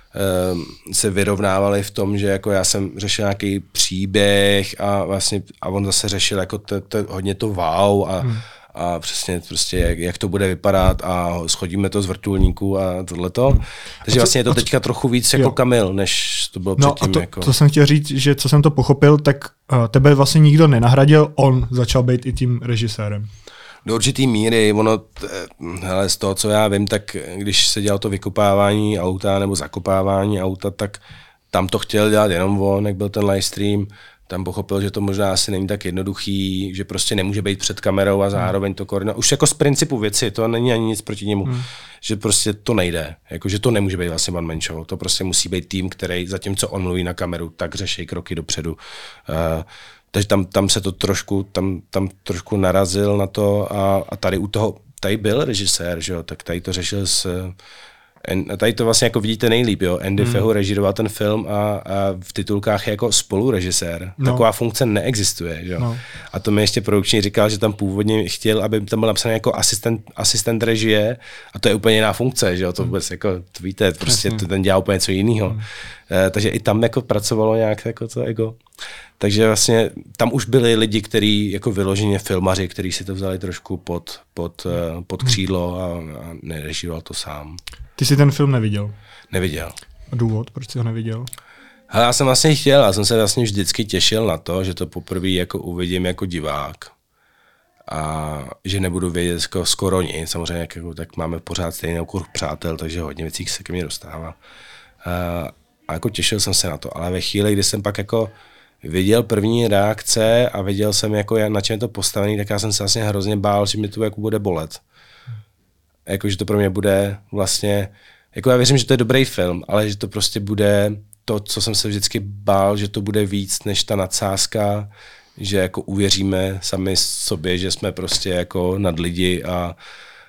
se vyrovnávali v tom, že jako já jsem řešil nějaký příběh a on zase řešil jako hodně to wow a přesně prostě jak to bude vypadat a schodíme to z vrtulníků a tohleto. Takže vlastně je to teďka trochu víc jako Kamil, než to bylo předtím. No to jsem chtěl říct, že co jsem to pochopil, tak tebe vlastně nikdo nenahradil, on začal být i tím režisérem. Do určitý míry, hele, z toho, co já vím, tak když se dělalo to vykopávání auta nebo zakopávání auta, tak tam to chtěl dělat jenom on, jak byl ten livestream. Tam pochopil, že to možná asi není tak jednoduchý, že prostě nemůže být před kamerou a zároveň to koordinovat. Už jako z principu věci, to není ani nic proti němu, že prostě to nejde. Jako, že to nemůže být vlastně one man show. To prostě musí být tým, který zatímco on mluví na kameru, tak řeší kroky dopředu. Takže tam se to tam trošku narazil na to a tady u toho, tady byl režisér, že jo, tak tady to řešil tady to vlastně jako vidíte nejlíp, jo. Andy Fehu režíroval ten film a v titulkách je jako spolurežisér. No. Taková funkce neexistuje, jo. No. A to mi ještě produkční říkal, že tam původně chtěl, aby tam byl napsaný jako asistent režie a to je úplně jiná funkce, že jo. To vůbec jako, to víte, prostě ten dělá úplně něco jiného. Takže i tam jako pracovalo nějak jako to ego. Takže vlastně tam už byli lidi, kteří jako vyloženě filmaři, kteří si to vzali trošku pod křídlo a nerežíroval to sám. Ty jsi ten film neviděl? Neviděl. A důvod, proč jsi ho neviděl? Hele, já jsem vlastně chtěl, já jsem se vlastně vždycky těšil na to, že to poprvé jako uvidím jako divák. A že nebudu vědět skoro nic, samozřejmě jako, tak máme pořád stejný okruh přátel, takže hodně věcí se ke mně dostává. A jako těšil jsem se na to, ale ve chvíli, kdy jsem pak jako viděl první reakce a viděl jsem, jako, na čem je to postavený, tak já jsem se vlastně hrozně bál, že mi to jako bude bolet. Jako, že to pro mě bude vlastně, jako já věřím, že to je dobrý film, ale že to prostě bude to, co jsem se vždycky bál, že to bude víc než ta nadsázka, že jako uvěříme sami sobě, že jsme prostě jako nad lidi a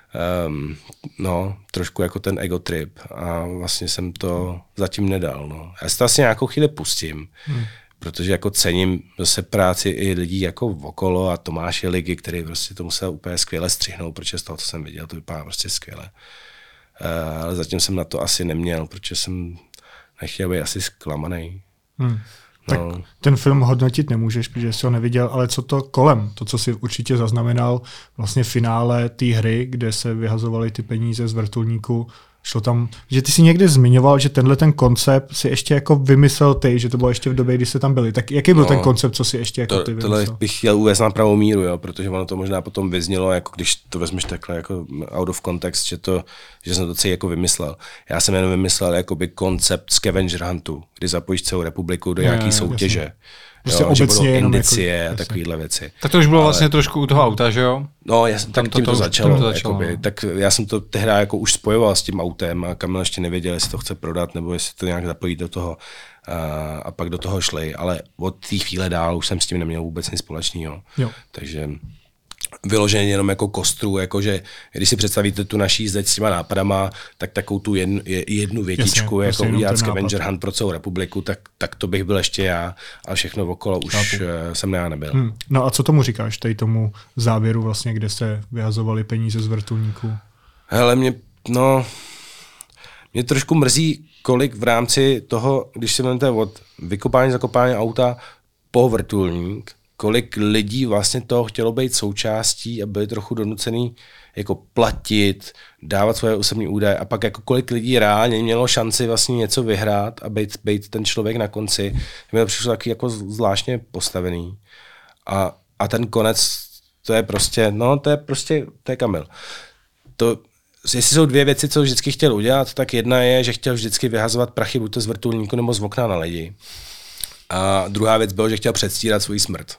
trošku jako ten ego trip a vlastně jsem to zatím nedal. No. Já si to asi nějakou chvíli pustím, protože jako cením zase práci i lidí jako okolo a Tomáše Ligy, který prostě to musel úplně skvěle střihnout, protože z toho, co jsem viděl, to vypadá prostě skvěle. Ale zatím jsem na to asi neměl, protože jsem nechtěl být asi zklamaný. Tak ten film hodnotit nemůžeš, protože jsi ho neviděl, ale co to kolem, to, co jsi určitě zaznamenal, vlastně finále té hry, kde se vyhazovaly ty peníze z vrtulníku, šlo tam, že ty si někde zmiňoval, že tenhle ten koncept si ještě jako vymyslel ty, že to bylo ještě v době, kdy jste tam byli. Tak jaký byl ten koncept, co si ještě jako ty vymyslel? Tohle bych chtěl uvést na pravou míru, jo, protože ono to možná potom vyznělo, jako když to vezmeš takhle jako out of context, že jsem to celý jako vymyslel. Já jsem jenom vymyslel jakoby koncept scavenger huntu, kdy zapojíš celou republiku do nějaký soutěže. Jasně. Prostě jo, že budou indicie jako, a takovýhle věci. Tak to už bylo vlastně trošku u toho auta, že jo? No, tím to začalo. Tak já jsem to tehdy jako už spojoval s tím autem a Kamil ještě nevěděl, jestli to chce prodat nebo jestli to nějak zapojí do toho. A pak do toho šli, ale od té chvíle dál už jsem s tím neměl vůbec nic společného. Takže vyloženě jenom jako kostru, jakože když si představíte tu naší zeď s těma nápadama, tak takovou tu jednu větičku, jasně, jako udělat Scavenger Hunt pro celou republiku, tak to bych byl ještě já, a všechno okolo už jsem já nebyl. No a co tomu říkáš, tady tomu závěru vlastně, kde se vyhazovaly peníze z vrtulníků? Hele, mě trošku mrzí, kolik v rámci toho, když si vezmete od vykopání, zakopání auta po vrtulník, kolik lidí vlastně toho chtělo být součástí a byli trochu donucený jako platit, dávat svoje osobní údaje a pak jako kolik lidí reálně mělo šanci vlastně něco vyhrát a být ten člověk na konci. Mě to přišlo taky jako zvláštně postavený. A ten konec, to je Kamil. Jestli jsou dvě věci, co vždycky chtěl udělat, tak jedna je, že chtěl vždycky vyhazovat prachy buď to z vrtulníku nebo z okna na lidi. A druhá věc bylo, že chtěl předstírat svou smrt.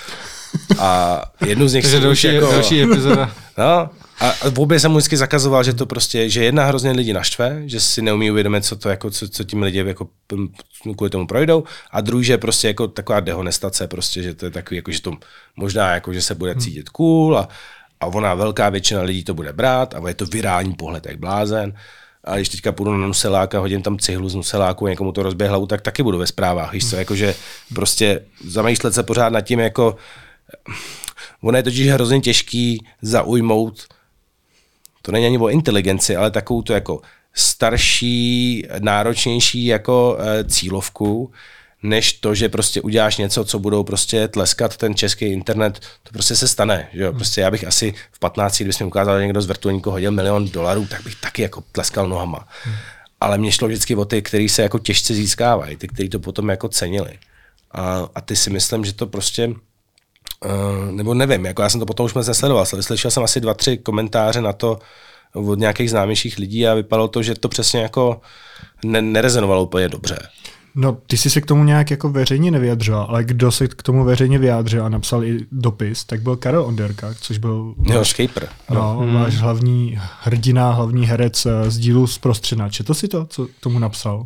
A jednu z nich si další epizoda. No, a v obě jsem mu vždycky zakazoval, že to prostě, že jedna hrozně lidi naštve, že si neumí uvědomit, co tím lidi jako kvůli tomu projdou, a druhý, že prostě jako taková dehonestace, prostě, že to je takový, jako, že to možná jako, že se bude cítit cool a ona velká většina lidí to bude brát a je to virální pohled jak blázen. A když teďka půjdu na nuselák a hodím tam cihlu z nuseláku a někomu to rozbije hlavu, tak taky budu ve zprávách. Víš co, jakože prostě zamýšlet se pořád nad tím, jako ono je totiž hrozně těžký zaujmout, to není ani o inteligenci, ale takovou to jako starší, náročnější jako cílovku, než to, že prostě uděláš něco, co budou prostě tleskat ten český internet, to prostě se stane. Že jo? Prostě já bych asi v 15, kdybych mi ukázal, že někdo z vrtulníku hodil $1 milion, tak bych taky jako tleskal nohama. Ale mě šlo vždycky o ty, který se jako těžce získávají, ty, kteří to potom jako cenili. A ty si myslím, že to prostě, nebo nevím, jako já jsem to potom už moc nesledoval, slyšel jsem asi 2-3 komentáře na to od nějakých známějších lidí a vypadalo to, že to přesně jako nerezonovalo úplně dobře. No, ty jsi se k tomu nějak jako veřejně nevyjadřoval, ale kdo se k tomu veřejně vyjádřil a napsal i dopis, tak byl Karel Onderka, což byl Scaper. Váš hlavní hrdina, hlavní herec z dílu Zprostřena. Četl si to, co tomu napsal?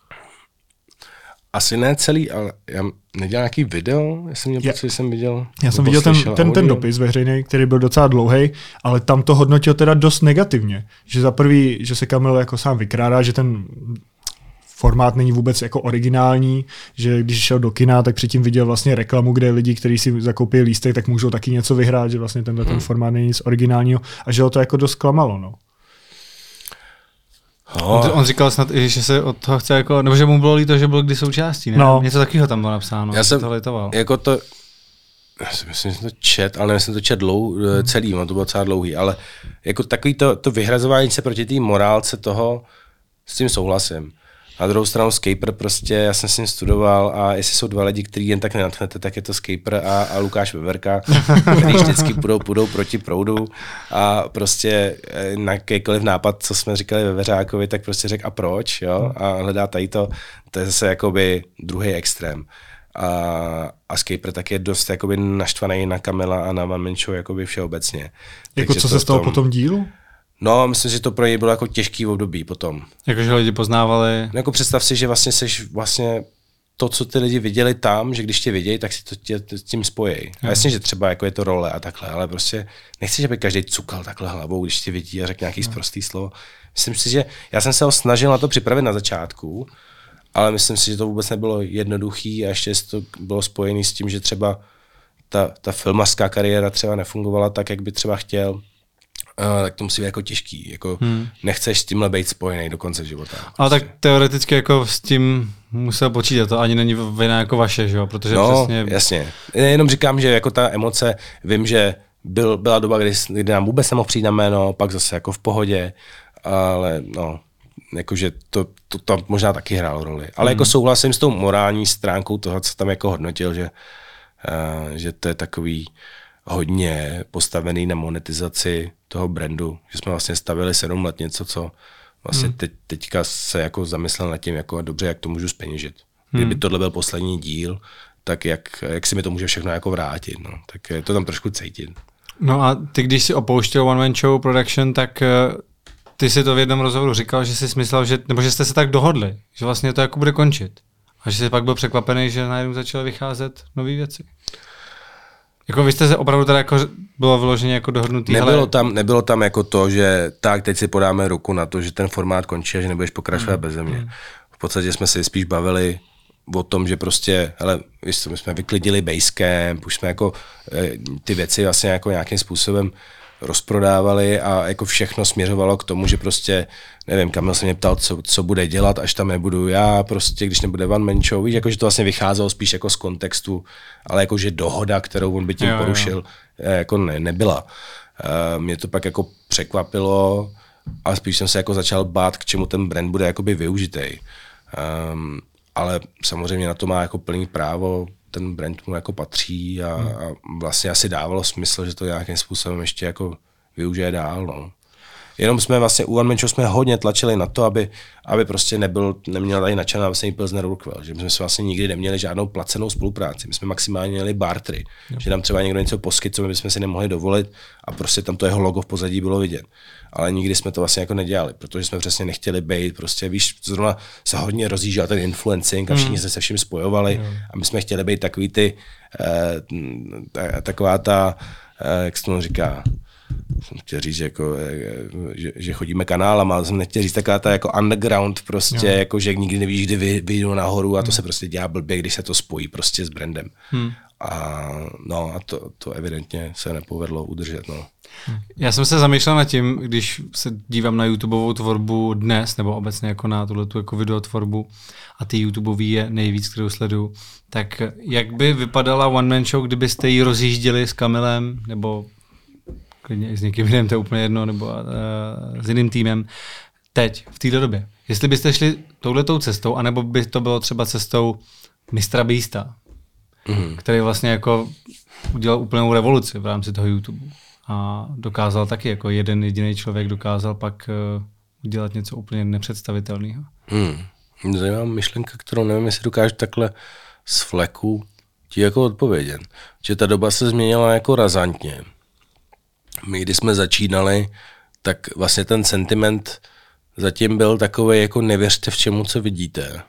Asi ne celý, ale já nedělal nějaký video, jsem viděl. Já jsem viděl ten dopis veřejný, který byl docela dlouhý, ale tam to hodnotil teda dost negativně. Že za prvý, že se Kamil jako sám vykrádá, že ten formát není vůbec jako originální, že když šel do kina, tak předtím viděl vlastně reklamu, kde lidi, kteří si zakoupí lístek, tak můžou taky něco vyhrát, že vlastně ten formát není nic originálního a že ho to jako dost klamalo, no. On říkal snad, že se od toho chce jako, nebo že mu bylo líto, že byl kdy součástí, ne? No. Něco takového tam bylo napsáno. Já jsem to litoval. Jako to, já si myslím, že jsem to čet, ale nevím, jsem to čet celý, to bylo docela dlouhý, ale jako takový to vyhrazování se proti té morálce toho, s tím souhlasím. Na druhou stranu Scaper prostě, já jsem s ním studoval a jestli jsou dva lidi, který jen tak nenatchnete, tak je to Scaper a Lukáš Veverka, který vždycky půjdou proti proudu a prostě na jakýkoliv nápad, co jsme říkali Veveřákovi, tak prostě řekl a proč, jo, a hledá tady to je zase jakoby druhý extrém. A Scaper tak je dost jakoby naštvaný na Kamila a na One Man Show jakoby všeobecně. Jako co se stalo po tom dílu? No, myslím, že to pro něj bylo jako těžký období potom. Jakože lidi poznávali. No, jako představ si, že vlastně seš vlastně to, co ty lidi viděli tam, že když tě vidějí, tak si to s tím spojí. A jasně, že třeba jako je to role a takhle, ale prostě nechci, aby každý cukal takhle hlavou, když tě vidí a řekne nějaký sprostý slovo. Myslím si, že já jsem se ho snažil na to připravit na začátku, ale myslím si, že to vůbec nebylo jednoduchý a ještě to bylo spojené s tím, že třeba ta filmařská kariéra třeba nefungovala tak, jak by třeba chtěl. Tak to musí být jako těžký, jako nechceš s tímhle být spojený do konce života. Ale tak teoreticky jako s tím musel počítat, to ani není vina jako vaše, že jo, protože přesně... jasně, jenom říkám, že jako ta emoce, vím, že byla doba, kdy nám vůbec nemohl přijít na jméno, pak zase jako v pohodě, ale no, jakože to možná taky hrálo roli. Ale jako souhlasím s tou morální stránkou toho, co tam jako hodnotil, že to je takový hodně postavený na monetizaci toho brandu, že jsme vlastně stavili 7 let něco, co vlastně teďka se jako zamyslel nad tím, jako dobře, jak to můžu zpeněžit. Kdyby tohle byl poslední díl, tak jak si mi to může všechno jako vrátit, no. Tak je to tam trošku cítit. No a ty, když si opouštěl One Man Show Production, tak ty si to v jednom rozhovoru říkal, že jsi myslel, nebo že jste se tak dohodli, že vlastně to jako bude končit. A že jsi pak byl překvapený, že najednou začaly vycházet nové věci. Jako vy jste se opravdu teda jako bylo vyloženě jako dohodnutý? Nebylo tam jako to, že tak teď si podáme ruku na to, že ten formát končí a že nebudeš pokračovat beze mě. V podstatě jsme se spíš bavili o tom, že prostě, hele, víš co, my jsme vyklidili Basecamp, už jsme jako ty věci vlastně jako nějakým způsobem rozprodávali a jako všechno směřovalo k tomu, že prostě, nevím, Kamil se mě ptal, co bude dělat, až tam nebudu já, prostě, když nebude one man show, víš, jako, že to vlastně vycházelo spíš jako z kontextu, ale jako, že dohoda, kterou on by tím porušil, jako nebyla. Mě to pak jako překvapilo a spíš jsem se jako začal bát, k čemu ten brand bude jakoby využitej. Ale samozřejmě na to má jako plný právo, ten brand mu jako patří a vlastně asi dávalo smysl, že to nějakým způsobem ještě jako využije dál. No. Jenom jsme vlastně u One Man Show jsme hodně tlačili na to, aby prostě neměl tady načaná vlastně Pilsner Urquell, že my jsme vlastně nikdy neměli žádnou placenou spolupráci. My jsme maximálně měli bartery, že nám třeba někdo něco poskytl, co my bychom si nemohli dovolit a prostě tam to jeho logo v pozadí bylo vidět. Ale nikdy jsme to vlastně jako nedělali, protože jsme přesně nechtěli být, prostě víš, zrovna se hodně rozjížděl ten influencing a všichni se vším spojovali a my jsme chtěli být takový ty, taková ta, jak se to říká, jsem chtěl říct, jako, že chodíme kanálama, ale jsem nechtěl říct taková ta jako underground prostě, jako, že nikdy nevíš, kdy vyjdou nahoru a to se prostě dělá blbě, když se to spojí prostě s brandem. A to evidentně se nepovedlo udržet. No. Já jsem se zamýšlel nad tím, když se dívám na YouTubeovou tvorbu dnes, nebo obecně jako na tuhletu jako videotvorbu a ty YouTubeový je nejvíc, kterou sleduju, tak jak by vypadala One Man Show, kdybyste ji rozjížděli s Kamilem, nebo klidně i s někým jiným, to je úplně jedno, nebo s jiným týmem, teď, v této době. Jestli byste šli touhletou cestou, anebo by to bylo třeba cestou Mistra Beasta, který vlastně jako udělal úplnou revoluci v rámci toho YouTube. A dokázal taky, jako jeden jediný člověk dokázal pak udělat něco úplně nepředstavitelného. Zajímavá myšlenka, kterou nevím, jestli dokážu takhle z fleku ti jako odpovědět. Že ta doba se změnila jako razantně. My, když jsme začínali, tak vlastně ten sentiment zatím byl takový, jako nevěřte v čemu, co vidíte.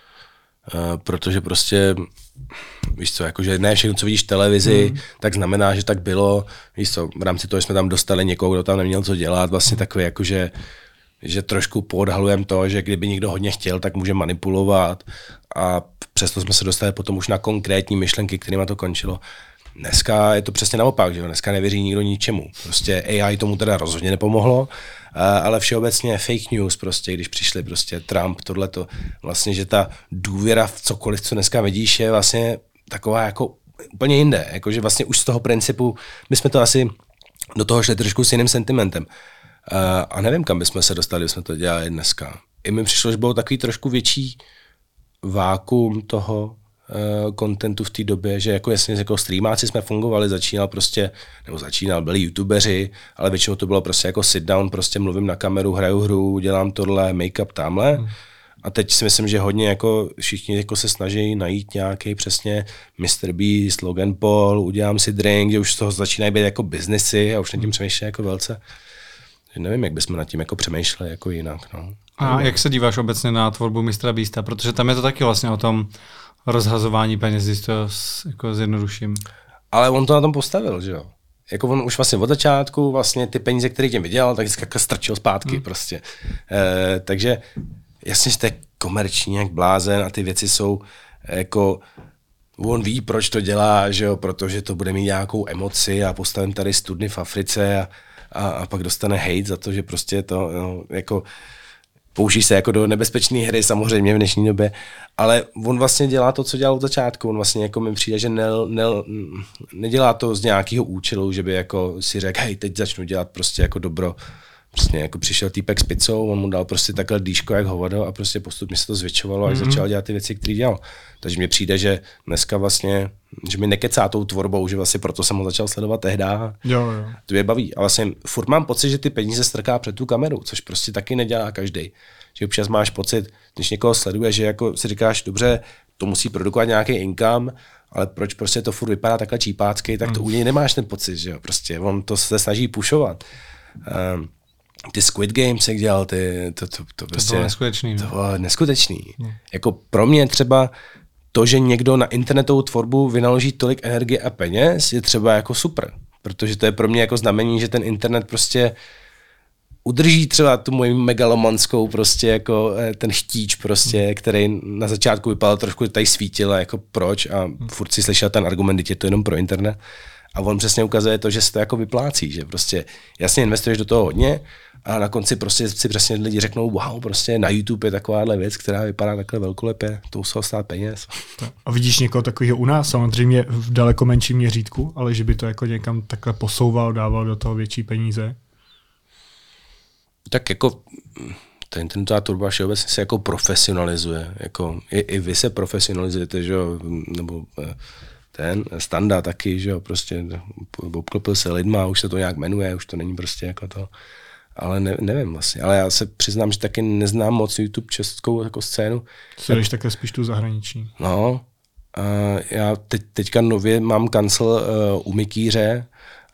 Protože prostě, víš co, jakože ne všechno, co vidíš v televizi, tak znamená, že tak bylo. Víš co, v rámci toho jsme tam dostali někoho, kdo tam neměl co dělat, vlastně takový jakože, že trošku poodhalujeme to, že kdyby někdo hodně chtěl, tak může manipulovat a přesto jsme se dostali potom už na konkrétní myšlenky, kterýma to končilo. Dneska je to přesně naopak, že jo? Dneska nevěří nikdo ničemu. Prostě AI tomu teda rozhodně nepomohlo, ale všeobecně fake news prostě, když přišli prostě Trump, tohleto, vlastně, že ta důvěra v cokoliv, co dneska vidíš, je vlastně taková jako úplně jinde. Jakože vlastně už z toho principu, my jsme to asi do toho šli trošku s jiným sentimentem. A nevím, kam bychom se dostali, jsme to dělali dneska. I mi přišlo, že bylo takový trošku větší vákuum toho kontentu v té době, že jako jasně jako streamáci jsme fungovali, byli youtubeři, ale většinou to bylo prostě jako sit down, prostě mluvím na kameru, hraju hru, dělám tohle, make-up tamhle. A teď si myslím, že hodně jako všichni jako se snaží najít nějaký přesně Mr. Beast, Logan Paul, udělám si drink, že už z toho začínají být jako biznesy a už nad tím přemýšlí jako velce. Že nevím, jak bychom nad tím jako přemýšleli jako jinak. No. A jak se díváš obecně na tvorbu Mistra Beasta? Protože tam je to taky vlastně o tom rozhazování peněz, když to jako zjednoduším. Ale on to na tom postavil, že jo. Jako on už vlastně od začátku vlastně ty peníze, které tím vydělal, tak vždycky strčil zpátky prostě. Takže jasně, že to je komerční jak blázen a ty věci jsou jako on ví, proč to dělá, že jo, protože to bude mít nějakou emoci a postavím tady studny v Africe a pak dostane hate za to, že prostě to no, jako použij se jako do nebezpečné hry samozřejmě v dnešní době, ale on vlastně dělá to, co dělal od začátku. On vlastně jako mi přijde, že nedělá to z nějakého účelu, že by jako si řekl, hej, teď začnu dělat prostě jako dobro. Prostě jako přišel týpek s pizzou, on mu dal prostě takhle dýško jak hovado a prostě postupně se to zvětšovalo, až začal dělat ty věci, které dělal. Takže mně přijde, že dneska vlastně, že mi nekecá tou tvorbou, že vlastně proto jsem ho začal sledovat tehda. Jo. To mě baví. A vlastně furt mám pocit, že ty peníze strká před tu kameru, což prostě taky nedělá každý. Že občas máš pocit, když někoho sleduje, že jako si říkáš, dobře, to musí produkovat nějaký income, ale proč prostě to furt vypadá takhle čípácky, tak to u něj nemáš ten pocit, že jo, prostě on to se snaží pušovat. Ty Squid Games, jak dělal, to prostě... To bylo neskutečný. To bylo neskutečný. Jako pro mě třeba to, že někdo na internetovou tvorbu vynaloží tolik energie a peněz, je třeba jako super. Protože to je pro mě jako znamení, že ten internet prostě udrží třeba tu moji megalomanskou prostě jako ten chtíč prostě, který na začátku vypadal trošku, tady svítil a jako proč a furt si slyšel ten argument, že je to jenom pro internet. A on přesně ukazuje to, že se to jako vyplácí, že prostě jasně investuješ do toho hodně a na konci prostě si přesně lidi řeknou, wow, prostě na YouTube je takováhle věc, která vypadá takhle velkolepě, to muselo stát peněz. A vidíš někoho takového u nás, samozřejmě v daleko menším měřítku, ale že by to jako někam takhle posouval, dával do toho větší peníze? Tak jako ta internetová tvorba všeobecně se jako profesionalizuje, jako i vy se profesionalizujete, že jo, nebo ten Standa taky, že jo, prostě obklopil se lidma, už se to nějak jmenuje, už to není prostě jako to, ale nevím vlastně, ale já se přiznám, že taky neznám moc YouTube českou jako scénu. Sleduješ takhle spíš tu zahraniční. No, já teďka nově mám kancel u Mikýře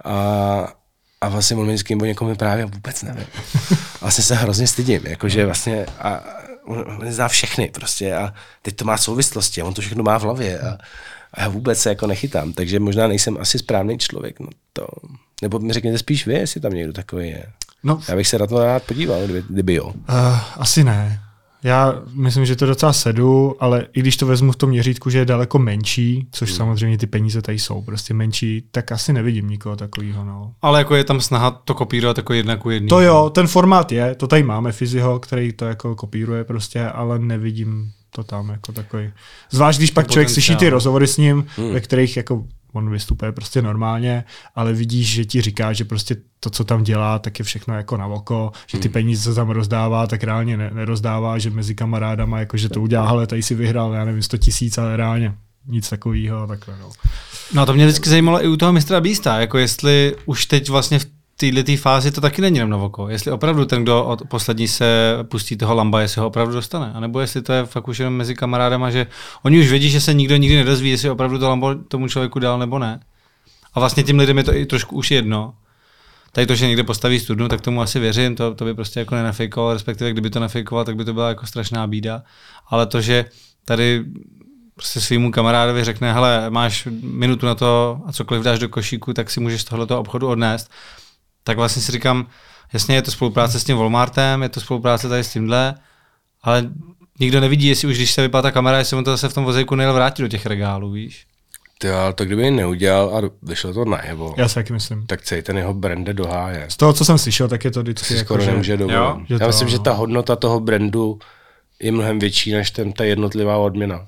a vlastně on mi vždycky o někom vypráví a vůbec nevím. Vlastně se hrozně stydím, jakože vlastně a on nezná všechny prostě a teď to má souvislosti a on to všechno má v hlavě a já vůbec se jako nechytám, takže možná nejsem asi správný člověk. No to, nebo mi řekněte spíš vy, jestli tam někdo takový je. No, já bych se na to rád podíval, kdyby jo. Asi ne. Já myslím, že to docela sedu, ale i když to vezmu v tom měřítku, že je daleko menší, což samozřejmě ty peníze tady jsou prostě menší, tak asi nevidím nikoho takového. No. Ale jako je tam snaha to kopírovat jako 1:1. To jo, ten formát je, to tady máme Fiziho, který to jako kopíruje prostě, ale nevidím to tam jako takový. Zvlášť, když pak člověk slyší ty rozhovory s ním, ve kterých jako on vystupuje prostě normálně, ale vidíš, že ti říká, že prostě to, co tam dělá, tak je všechno jako na oko, že ty peníze, co tam rozdává, tak reálně nerozdává, že mezi kamarádama, jako že to udělá, ale tady si vyhrál, já nevím, 100 000, ale reálně nic takového. Takhle, no. No a to mě vždycky zajímalo i u toho mistra Beasta, jako jestli už teď vlastně v této fázi to taky není jenom na oko. Jestli opravdu ten, kdo od poslední se pustí toho Lamba, jestli ho opravdu dostane. A nebo jestli to je fakt už jenom mezi kamarádama, že oni už vědí, že se nikdo nikdy nedozví, jestli opravdu to Lambo tomu člověku dal nebo ne. A vlastně tím lidem je to i trošku už jedno. Tady to, že někde postaví studnu, tak tomu asi věřím, to by prostě jako nenafejkoval, respektive kdyby to nafejkoval, tak by to byla jako strašná bída. Ale to, že tady prostě svýmu kamarádovi řekne, hele, máš minutu na to a cokoliv dáš do košíku, tak si můžeš z tohoto obchodu odnést. Tak vlastně si říkám, jasně je to spolupráce s tím Walmartem, je to spolupráce tady s tímhle, ale nikdo nevidí, jestli už když se vypadá ta kamera, jestli on to zase v tom vozejku nejel vrátit do těch regálů, víš? Ale to kdyby neudělal a vyšlo to najevo, já si taky myslím. Tak celý ten jeho brand do háje. Z toho, co jsem slyšel, tak je to vždycky jako, skoro nemůže dovolit. Já myslím, že ta hodnota toho brandu je mnohem větší než ta jednotlivá odměna.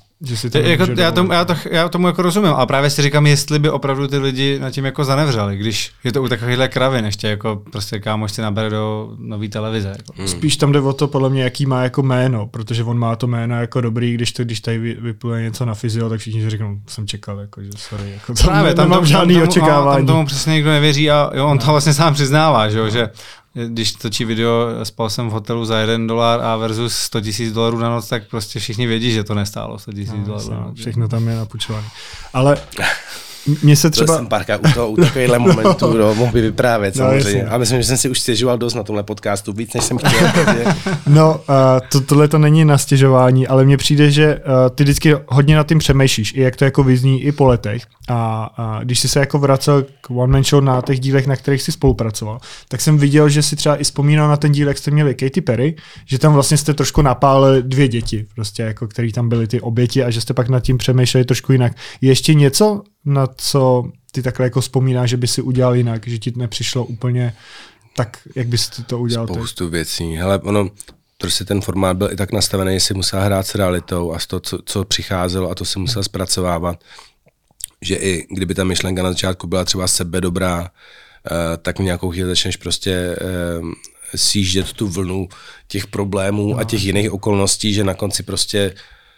Já tomu jako rozumím, a právě si říkám, jestli by opravdu ty lidi nad tím jako zanevřeli, když je to u takovýchhle kravin, ještě jako prostě kámoš si nabere do nový televize. Jako. Spíš tam jde o to, podle mě, jaký má jako jméno, protože on má to jméno jako dobrý, když tady vypluje něco na Fyzio, tak všichni si řeknou, jsem čekal, jako, že sorry, jako právě, tam nemám žádný očekávání. Tam tomu přesně nikdo nevěří a jo, on to vlastně sám přiznává, že když točí video, spal jsem v hotelu za $1 a versus $100,000 na noc, tak prostě všichni vědí, že to nestálo $100,000 na noc. Všechno tam je napůjčované. Ale mě se třeba... To jsem párkrát u takovýhle momentu, mohl by vyprávět samozřejmě. A myslím, že jsem si už stěžoval dost na tomhle podcastu, víc než jsem chtěl. No, tohle to není na stěžování, ale mně přijde, že ty vždycky hodně nad tím přemýšlíš, i jak to jako vyzní i po letech. A když jsi se jako vracel k One Man Show na těch dílech, na kterých jsi spolupracoval, tak jsem viděl, že si třeba i vzpomínal na ten díl, jak jste měli Katy Perry, že tam vlastně jste trošku napálili 2 děti, prostě jako, který tam byly ty oběti a že jste pak nad tím přemýšleli trošku jinak. Je ještě něco, na co ty takhle jako vzpomínáš, že by si udělal jinak, že ti nepřišlo úplně tak, jak bys to udělal? Spoustu věcí. Hele, prostě ten formát byl i tak nastavený, jestli musel hrát s realitou a z toho, co přicházelo a to se musel zpracovávat. Že i kdyby ta myšlenka na začátku byla třeba sebedobrá, tak v nějakou chvíli začneš prostě sjíždět tu vlnu těch problémů a těch jiných okolností, že na konci prostě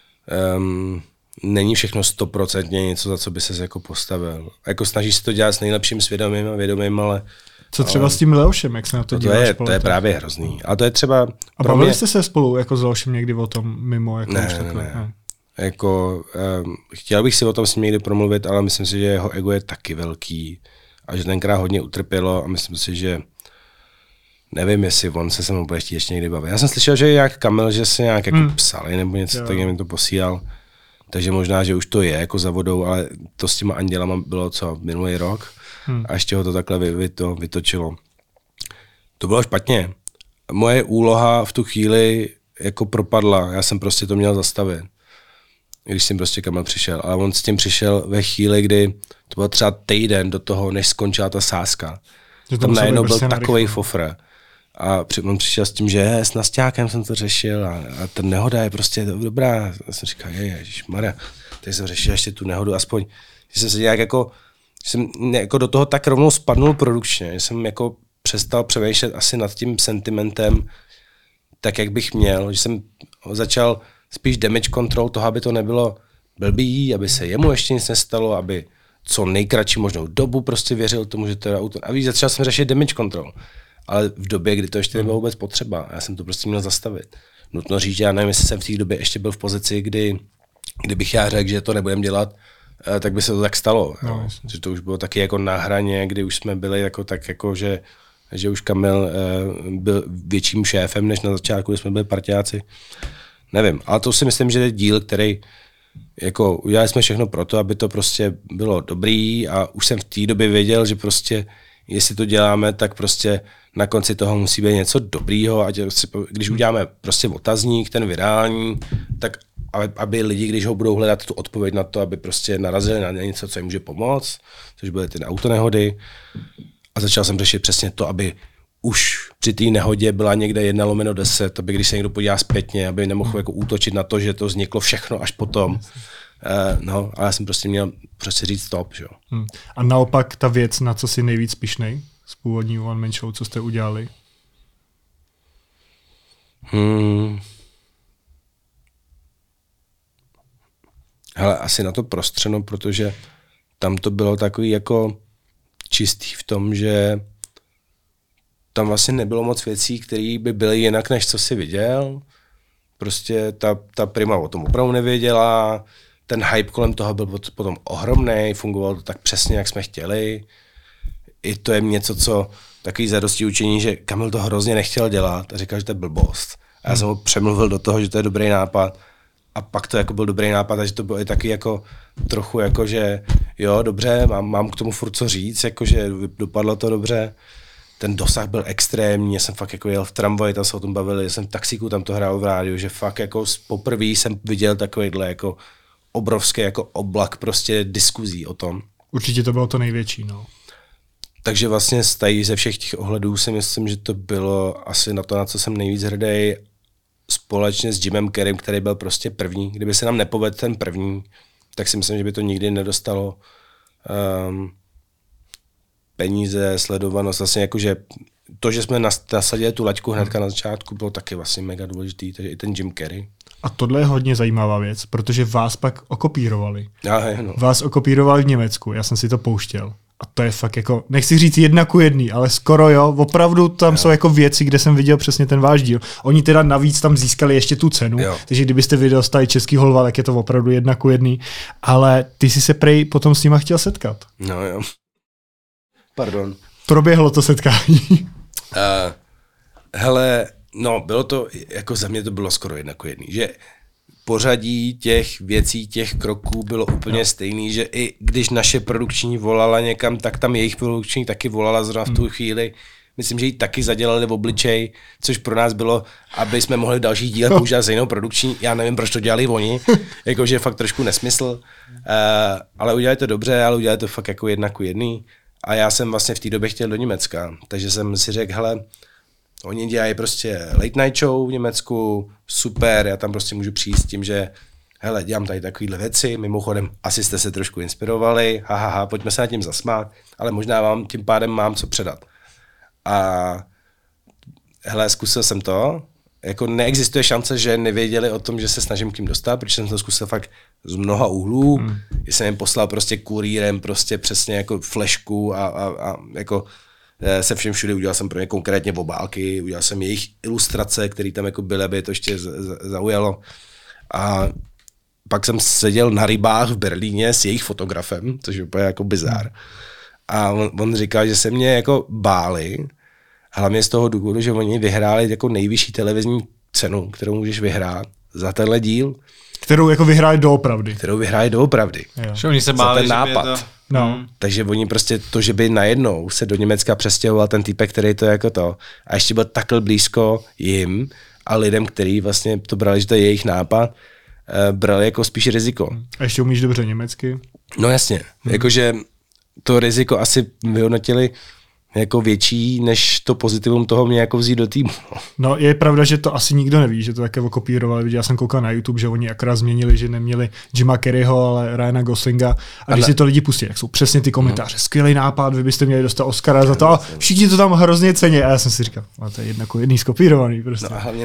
není všechno 100% něco, za co by ses jako postavil. Jako snažíš se to dělat s nejlepším svědomím a vědomím, ale... Co třeba s tím Leošem, jak se na to díváš? To je právě hrozný. A to je třeba... A bavili jste se spolu jako s Leošem někdy o tom mimo? Jako ne. Jako, chtěl bych si o tom s ním někdy promluvit, ale myslím si, že jeho ego je taky velký a že tenkrát hodně utrpělo a myslím si, že nevím, jestli on se se mnou bude chtít ještě někdy bavit. Já jsem slyšel, že jak Kamil, že se nějak jako psali nebo něco, tak mi to posílal. takže možná, že už to je jako za vodou, ale to s těma andělama bylo co, minulý rok a ještě ho to takhle vytočilo. To bylo špatně. Moje úloha v tu chvíli jako propadla, já jsem prostě to měl zastavit, když jsem prostě Kamil přišel, ale on s tím přišel ve chvíli, kdy to byl třeba týden do toho, než skončila ta sázka. Tam najednou byl takovej fofr. A on přišel s tím, že s Nasťákem jsem to řešil a ta nehoda je prostě dobrá. Já jsem říkal, ježišmarja, teď jsem řešil ještě tu nehodu, aspoň, že jsem se nějak jako, jsem jako do toho tak rovnou spadnul produkčně, že jsem jako přestal přemýšlet asi nad tím sentimentem tak, jak bych měl, že jsem začal spíš damage control toho, aby to nebylo blbý, aby se jemu ještě nic nestalo, aby co nejkratší možnou dobu prostě věřil tomu, že to je auto. A víš, začal jsem řešit damage control. Ale v době, kdy to ještě nebylo vůbec potřeba. Já jsem to prostě měl zastavit. Nutno říct, že já nevím, jestli jsem v té době ještě byl v pozici, kdybych já řekl, že to nebudem dělat, tak by se to tak stalo. No, že to už bylo taky jako na hraně, kdy už jsme byli jako tak, jako že už Kamil byl větším šéfem, než na začátku, kdy jsme byli parťáci. Nevím, ale to si myslím, že je díl, který jako udělali jsme všechno pro to, aby to prostě bylo dobrý a už jsem v té době věděl, že prostě jestli to děláme, tak prostě na konci toho musí být něco dobrýho, ať když uděláme prostě otazník, ten virální, tak aby lidi, když ho budou hledat tu odpověď na to, aby prostě narazili na něco, co jim může pomoct, což byly ty autonehody. A začal jsem řešit přesně to, aby už při té nehodě byla někde 1/10, aby když se někdo podívá zpětně, aby nemohl jako útočit na to, že to vzniklo všechno až potom. No, ale já jsem prostě měl říct stop. Že? A naopak ta věc, na co si nejvíc pyšnej z původní One Man Show, co jste udělali? Hele, asi na to Prostřeno, protože tam to bylo takový jako čistý v tom, že tam vlastně nebylo moc věcí, které by byly jinak, než co si viděl. Prostě ta Prima o tom opravdu nevěděla, ten hype kolem toho byl potom ohromný, fungovalo to tak přesně, jak jsme chtěli. I to je něco, co takový zadosti učení, že Kamil to hrozně nechtěl dělat a říkal, že to je blbost. A já jsem ho přemluvil do toho, že to je dobrý nápad. A pak to jako byl dobrý nápad, a že to bylo i taky jako trochu jako, že jo, dobře, mám k tomu furt co říct, jako, že dopadlo to dobře. Ten dosah byl extrémní, já jsem fakt jako jel v tramvaji, tam se o tom bavili, jsem v taxíku, tam to hrál v rádiu, že fakt jako poprvé jsem viděl takovýhle jako obrovský jako oblak prostě diskuzí o tom. Určitě to bylo to největší, no. Takže vlastně ze všech těch ohledů si myslím, že to bylo asi na to, na co jsem nejvíc hrdý, společně s Jimem Carreym, který byl prostě první. Kdyby se nám nepovedl ten první, tak si myslím, že by to nikdy nedostalo peníze, sledovanost. Vlastně jakože to, že jsme nasadili tu laťku hnedka na začátku, bylo taky vlastně mega důležitý, takže i ten Jim Carrey. A tohle je hodně zajímavá věc, protože vás pak okopírovali. No. Vás okopírovali v Německu, já jsem si to pouštěl. A to je fakt jako, nechci říct 1:1, ale skoro jo, opravdu tam jsou jako věci, kde jsem viděl přesně ten váš díl. Oni teda navíc tam získali ještě tu cenu, takže kdybyste vy dostali český holva, tak je to opravdu 1:1, ale ty jsi se prej potom s nima chtěl setkat. No jo. Pardon. Proběhlo to setkání. Hele, no bylo to, jako za mě to bylo skoro 1:1, že pořadí těch věcí, těch kroků bylo úplně stejný, že i když naše produkční volala někam, tak tam jejich produkční taky volala zrovna v tu chvíli. Myslím, že ji taky zadělali v obličej, což pro nás bylo, aby jsme mohli v dalších dílech používat stejnou produkční. Já nevím, proč to dělali oni, jakože fakt trošku nesmysl, ale udělali to dobře, ale udělali to fakt jako 1:1. A já jsem vlastně v té době chtěl do Německa, takže jsem si řekl, hele, oni dělají prostě late night show v Německu, super, já tam prostě můžu přijít s tím, že hele, dělám tady takovýhle věci, mimochodem asi jste se trošku inspirovali, pojďme se nad tím zasmát, ale možná vám tím pádem mám co předat. A hele, zkusil jsem to, jako neexistuje šance, že nevěděli o tom, že se snažím k tím dostat, protože jsem to zkusil fakt z mnoha úhlů, jsem jim poslal prostě kurýrem prostě přesně jako flešku a jako se všem všude, udělal jsem pro ně konkrétně obálky, udělal jsem jejich ilustrace, které tam jako byly, aby je to ještě zaujalo. A pak jsem seděl na rybách v Berlíně s jejich fotografem, což je úplně jako bizár. A on říkal, že se mě jako báli, hlavně z toho důvodu, že oni vyhráli jako nejvyšší televizní cenu, kterou můžeš vyhrát, za tenhle díl. Kterou jako vyhráli doopravdy. Že oni se báli, za ten nápad. To... No. Takže oni prostě to, že by najednou se do Německa přestěhoval ten týpek, který to jako to, a ještě byl takhle blízko jim a lidem, který vlastně to brali, že to je jejich nápad, brali jako spíš riziko. A ještě umíš dobře německy? No jasně, jakože to riziko asi vyhodnotili jako větší, než to pozitivum toho mě jako vzít do týmu. No je pravda, že to asi nikdo neví, že to také okopírovali. Já jsem koukal na YouTube, že oni akorát změnili, že neměli Jima Carreyho, ale Ryana Goslinga. A když si to lidi pustí, jak jsou přesně ty komentáře. Skvělý nápad, vy byste měli dostat Oscara za to. A všichni to tam hrozně cení. A já jsem si říkal, to je jedný skopírovaný prostě. No a hlavně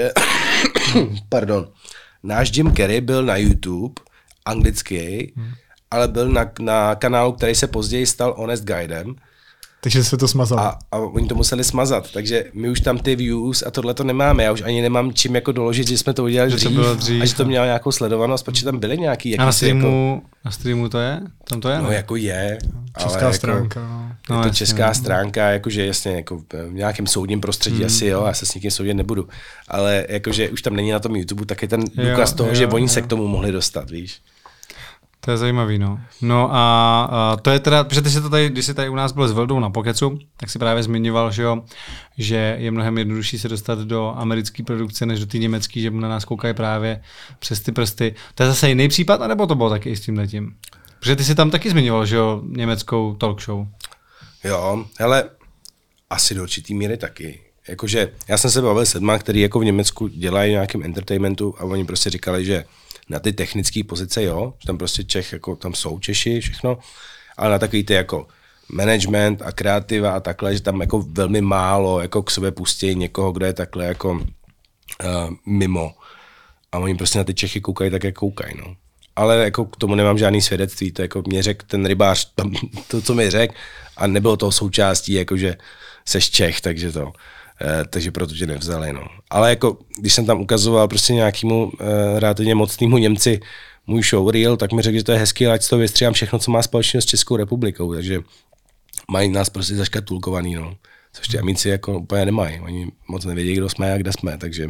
náš Jim Carrey byl na YouTube, anglický, ale byl na kanálu, který se později stal Honest Guidem. Takže se to smazalo. A oni to museli smazat, takže my už tam ty views a tohle to nemáme. Já už ani nemám čím jako doložit, že jsme to udělali dřív a že to mělo nějakou sledovanost, protože tam byly nějaký... A na streamu to je? Tam to je? No jako je. Česká stránka. No. Je to česká stránka, jakože jasně jako v nějakém soudním prostředí asi jo, já se s nikým soudit nebudu. Ale jakože už tam není na tom YouTube, tak je ten důkaz toho, že oni se k tomu mohli dostat, víš. To je zajímavý, no. No a to je teda, protože ty si to tady, když jsi tady u nás byl s Vildou na Pokecu, tak si právě zmiňoval, že je mnohem jednodušší se dostat do americké produkce, než do té německé, že na nás koukají právě přes ty prsty. To je zase jiný případ, anebo to bylo taky i s tímhletím? Protože ty si tam taky zmiňoval, že jo, německou talk show. Jo, hele, asi do určitý míry taky. Jakože já jsem se bavil s lidma, který jako v Německu dělají nějakým entertainmentu a oni prostě říkali, že na ty technické pozice, jo, že tam prostě jako tam jsou Češi, všechno, ale na takový ty jako management a kreativa a takhle, že tam jako velmi málo jako k sobě pustí někoho, kdo je takhle jako mimo. A oni prostě na ty Čechy koukají tak, jak koukají, no. Ale jako k tomu nemám žádný svědectví, to jako mě řekl ten rybář to, co mi řekl, a nebylo to součástí, jakože seš Čech, takže proto tě nevzali, no. Ale jako, když jsem tam ukazoval prostě nějakému relativně mocnému Němci můj showreel, tak mi řekl, že to je hezký, ať to vystříhám všechno, co má společného s Českou republikou, takže mají nás prostě zaškatulkovaný, no. Což ty Amici jako úplně nemají, oni moc nevědí, kdo jsme a kde jsme, takže...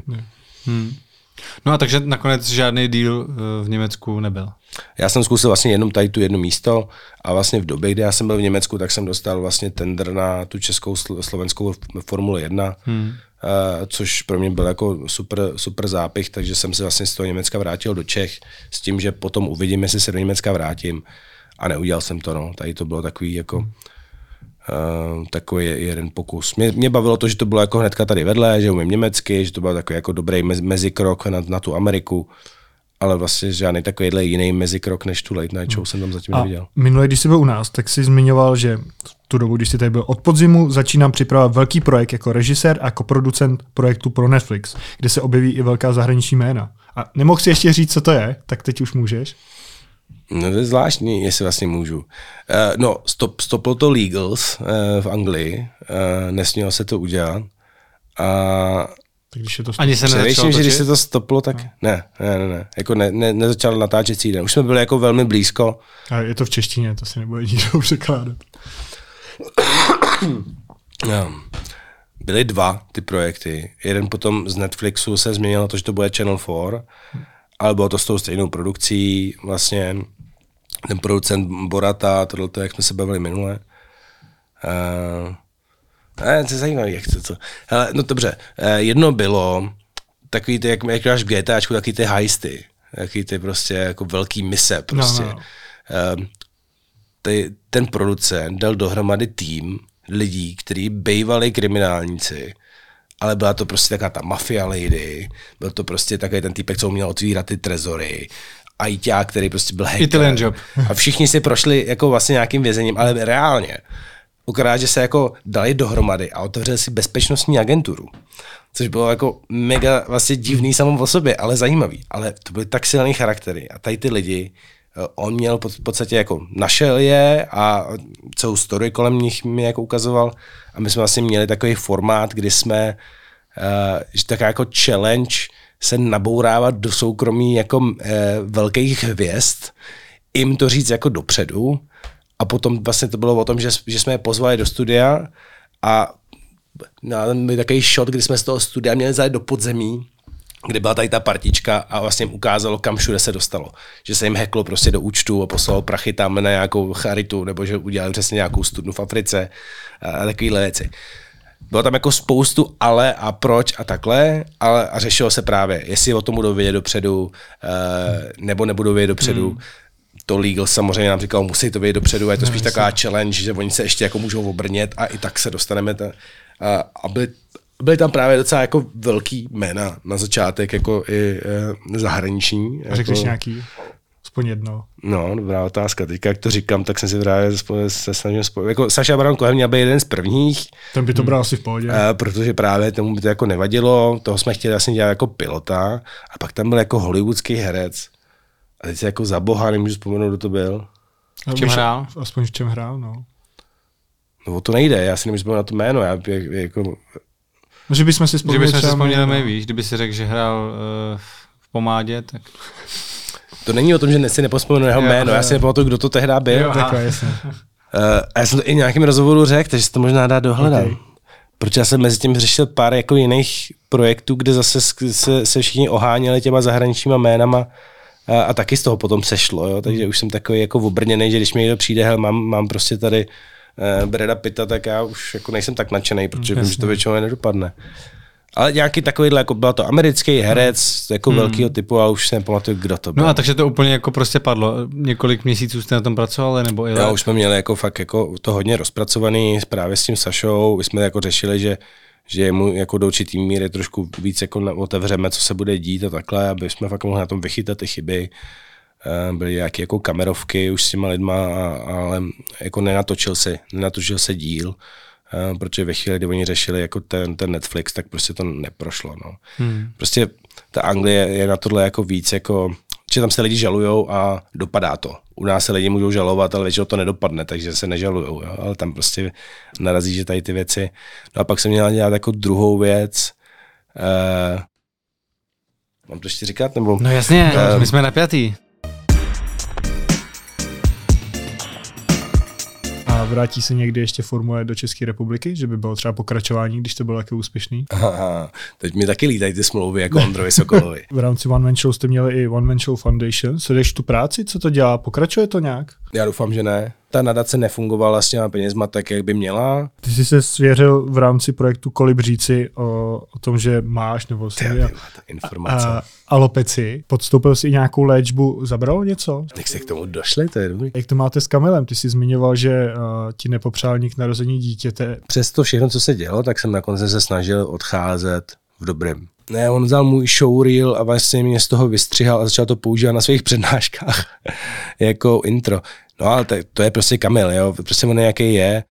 No a takže nakonec žádný deal v Německu nebyl. Já jsem zkusil vlastně jenom tady tu jedno místo a vlastně v době, kdy já jsem byl v Německu, tak jsem dostal vlastně tender na tu českou slovenskou Formule 1, což pro mě byl jako super zápich, takže jsem se vlastně z toho Německa vrátil do Čech s tím, že potom uvidím, jestli se do Německa vrátím, a neudělal jsem to, no. Tady to bylo takový jako takový jeden pokus. Mě bavilo to, že to bylo jako hnedka tady vedle, že umím německy, že to byl takový jako dobrý mezikrok na tu Ameriku, ale vlastně žádný takovýhle jiný mezikrok než tu late night show jsem tam zatím neviděl. Minule, když jsi byl u nás, tak jsi zmiňoval, že v tu dobu, když jsi tady byl od podzimu, začínám připravovat velký projekt jako režisér a koproducent projektu pro Netflix, kde se objeví i velká zahraniční jména. A nemohl si ještě říct, co to je, tak teď už můžeš. No to je zvláštní, jestli vlastně můžu. Stoplo to Legals v Anglii, nesmělo se to udělat. Tak když je to ani se nezačalo že když se to stoplo, tak ne. Jako nezačal natáčecí den. Už jsme byli jako velmi blízko. A je to v češtině, to si nebude nikdo překládat. No. Byly dva ty projekty. Jeden potom z Netflixu se změnil na to, že to bude Channel 4, ale bylo to s tou stejnou produkcí, vlastně ten producent Borata, tohleto, jak jsme se bavili minule. To je zajímavé, jak to. Hele, no dobře, jedno bylo takový ty, jak máš v GTAčku, takový ty heisty, takový ty prostě jako velký mise prostě. No. Ten producent dal dohromady tým lidí, kteří bývali kriminálníci, ale byla to prostě taková ta mafia lady, byl to prostě takový ten týpek, co uměl otvírat ty trezory, ajťák, který prostě byl hacker. Job. A všichni si prošli jako vlastně nějakým vězením, ale reálně. Ukrát, že se jako dali dohromady a otevřeli si bezpečnostní agenturu. Což bylo jako mega vlastně divný samo o sobě, ale zajímavý. Ale to byly tak silný charaktery. A tady ty lidi, on měl v podstatě jako našel je a celou story kolem nich mi jako ukazoval. A my jsme vlastně měli takový formát, kdy jsme, že taková jako challenge se nabourávat do soukromí jako velkých hvězd, jim to říct jako dopředu. A potom vlastně to bylo o tom, že jsme je pozvali do studia a byl takový shot, kdy jsme z toho studia měli zajet do podzemí kde byla tady ta partička a vlastně jim ukázalo, kam všude se dostalo. Že se jim hacklo prostě do účtu a poslalo prachy tam na nějakou charitu, nebo že udělali přesně nějakou studnu v Africe a takovéhle věci. Bylo tam jako spoustu ale a proč a takhle, ale a řešilo se právě, jestli o tom budou vědět dopředu, nebo nebudou vědět dopředu. To legal samozřejmě nám říkal, musí to vědět dopředu, a je to spíš taková challenge, že oni se ještě jako můžou obrnět a i tak se dostaneme. A byly tam právě docela jako velký jména na začátek, jako i zahraniční. Řekneš jako, nějaký? Aspoň jedno. No, dobrá otázka. Teďka, jak to říkám, tak jsem si právě se snažil spojit. Jako Saša Baron Cohen měl být jeden z prvních. Ten by to bral asi v pohodě. Protože právě tomu by to jako nevadilo. Toho jsme chtěli vlastně dělat jako pilota. A pak tam byl jako hollywoodský herec. A teď se jako za boha nemůžu vzpomenout, kdo to byl. V čem hrál? Aspoň v čem hrál, no. No to nejde, já si nemůžu vzpomenout na to jméno. Já jako... No, že bychom si vzpomněli my, víš, kdyby si řekl, že hrál v Pomádě, tak... To není o tom, že si nepospomenu jeho jméno, já si nepamatuju, kdo to tehdy byl. Jo, takhle, jasně. A já jsem to i v nějakém rozhovoru řekl, takže se to možná dá dohledat. Okay. Protože já jsem mezi tím řešil pár jako jiných projektů, kde zase se všichni oháněli těma zahraničníma jménama a taky z toho potom sešlo, jo? Takže už jsem takový jako obrněný, že když mi někdo přijde, hel, mám prostě tady Brada Pitta, tak já už jako nejsem tak nadšený, protože vím, že to většinou nedopadne. Ale nějaký takovýhle, jako byl to americký herec, jako velkýho typu, ale už si nepamatuju, kdo to byl. No a takže to úplně jako prostě padlo. Několik měsíců jste na tom pracovali, nebo i let? Jo, už jsme měli jako fakt jako to hodně rozpracovaný právě s tím Sašou. My jsme jako řešili, že mu jako do určitý míry trošku víc jako otevřeme, co se bude dít a takhle, aby jsme fakt mohli na tom vychytat ty chyby. Byly nějaké jako kamerovky už s těma lidma, ale jako nenatočil se díl. Protože ve chvíli, kdy oni řešili jako ten Netflix, tak prostě to neprošlo. No. Prostě ta Anglie je na tohle jako víc, jako, že tam se lidi žalujou a dopadá to. U nás se lidi můžou žalovat, ale většinou to nedopadne, takže se nežalujou. Jo. Ale tam prostě narazí, že tady ty věci. No a pak jsem měl dělat jako druhou věc. Mám to ještě říkat? Nebo? No jasně, my jsme napjatý. Vrátí se někdy ještě Formule do České republiky, že by bylo třeba pokračování, když to bylo taky úspěšný? Aha, teď mi taky lítají ty smlouvy jako Ondrovi Sokolovi. V rámci One Man Show jste měli i One Man Show Foundation. Sleduješ tu práci, co to dělá? Pokračuje to nějak? Já doufám, že ne. Ta nadace nefungovala s těma penězma tak, jak by měla. Ty jsi se svěřil v rámci projektu Kolibříci o tom, že máš nebo informace. Alopeci. Podstoupil jsi i nějakou léčbu, zabralo něco? Jak se k tomu došli, to je dobrý. Jak to máte s Kamilem? Ty jsi zmiňoval, že ti nepopřál k narození dítěte. Přes to všechno, co se dělo, tak jsem nakonec se snažil odcházet v dobrém. Ne, on vzal můj showreel a vlastně mě z toho vystřihal a začal to používat na svých přednáškách jako intro. No ale to je prostě Kamil, jo, prostě on nějaký je.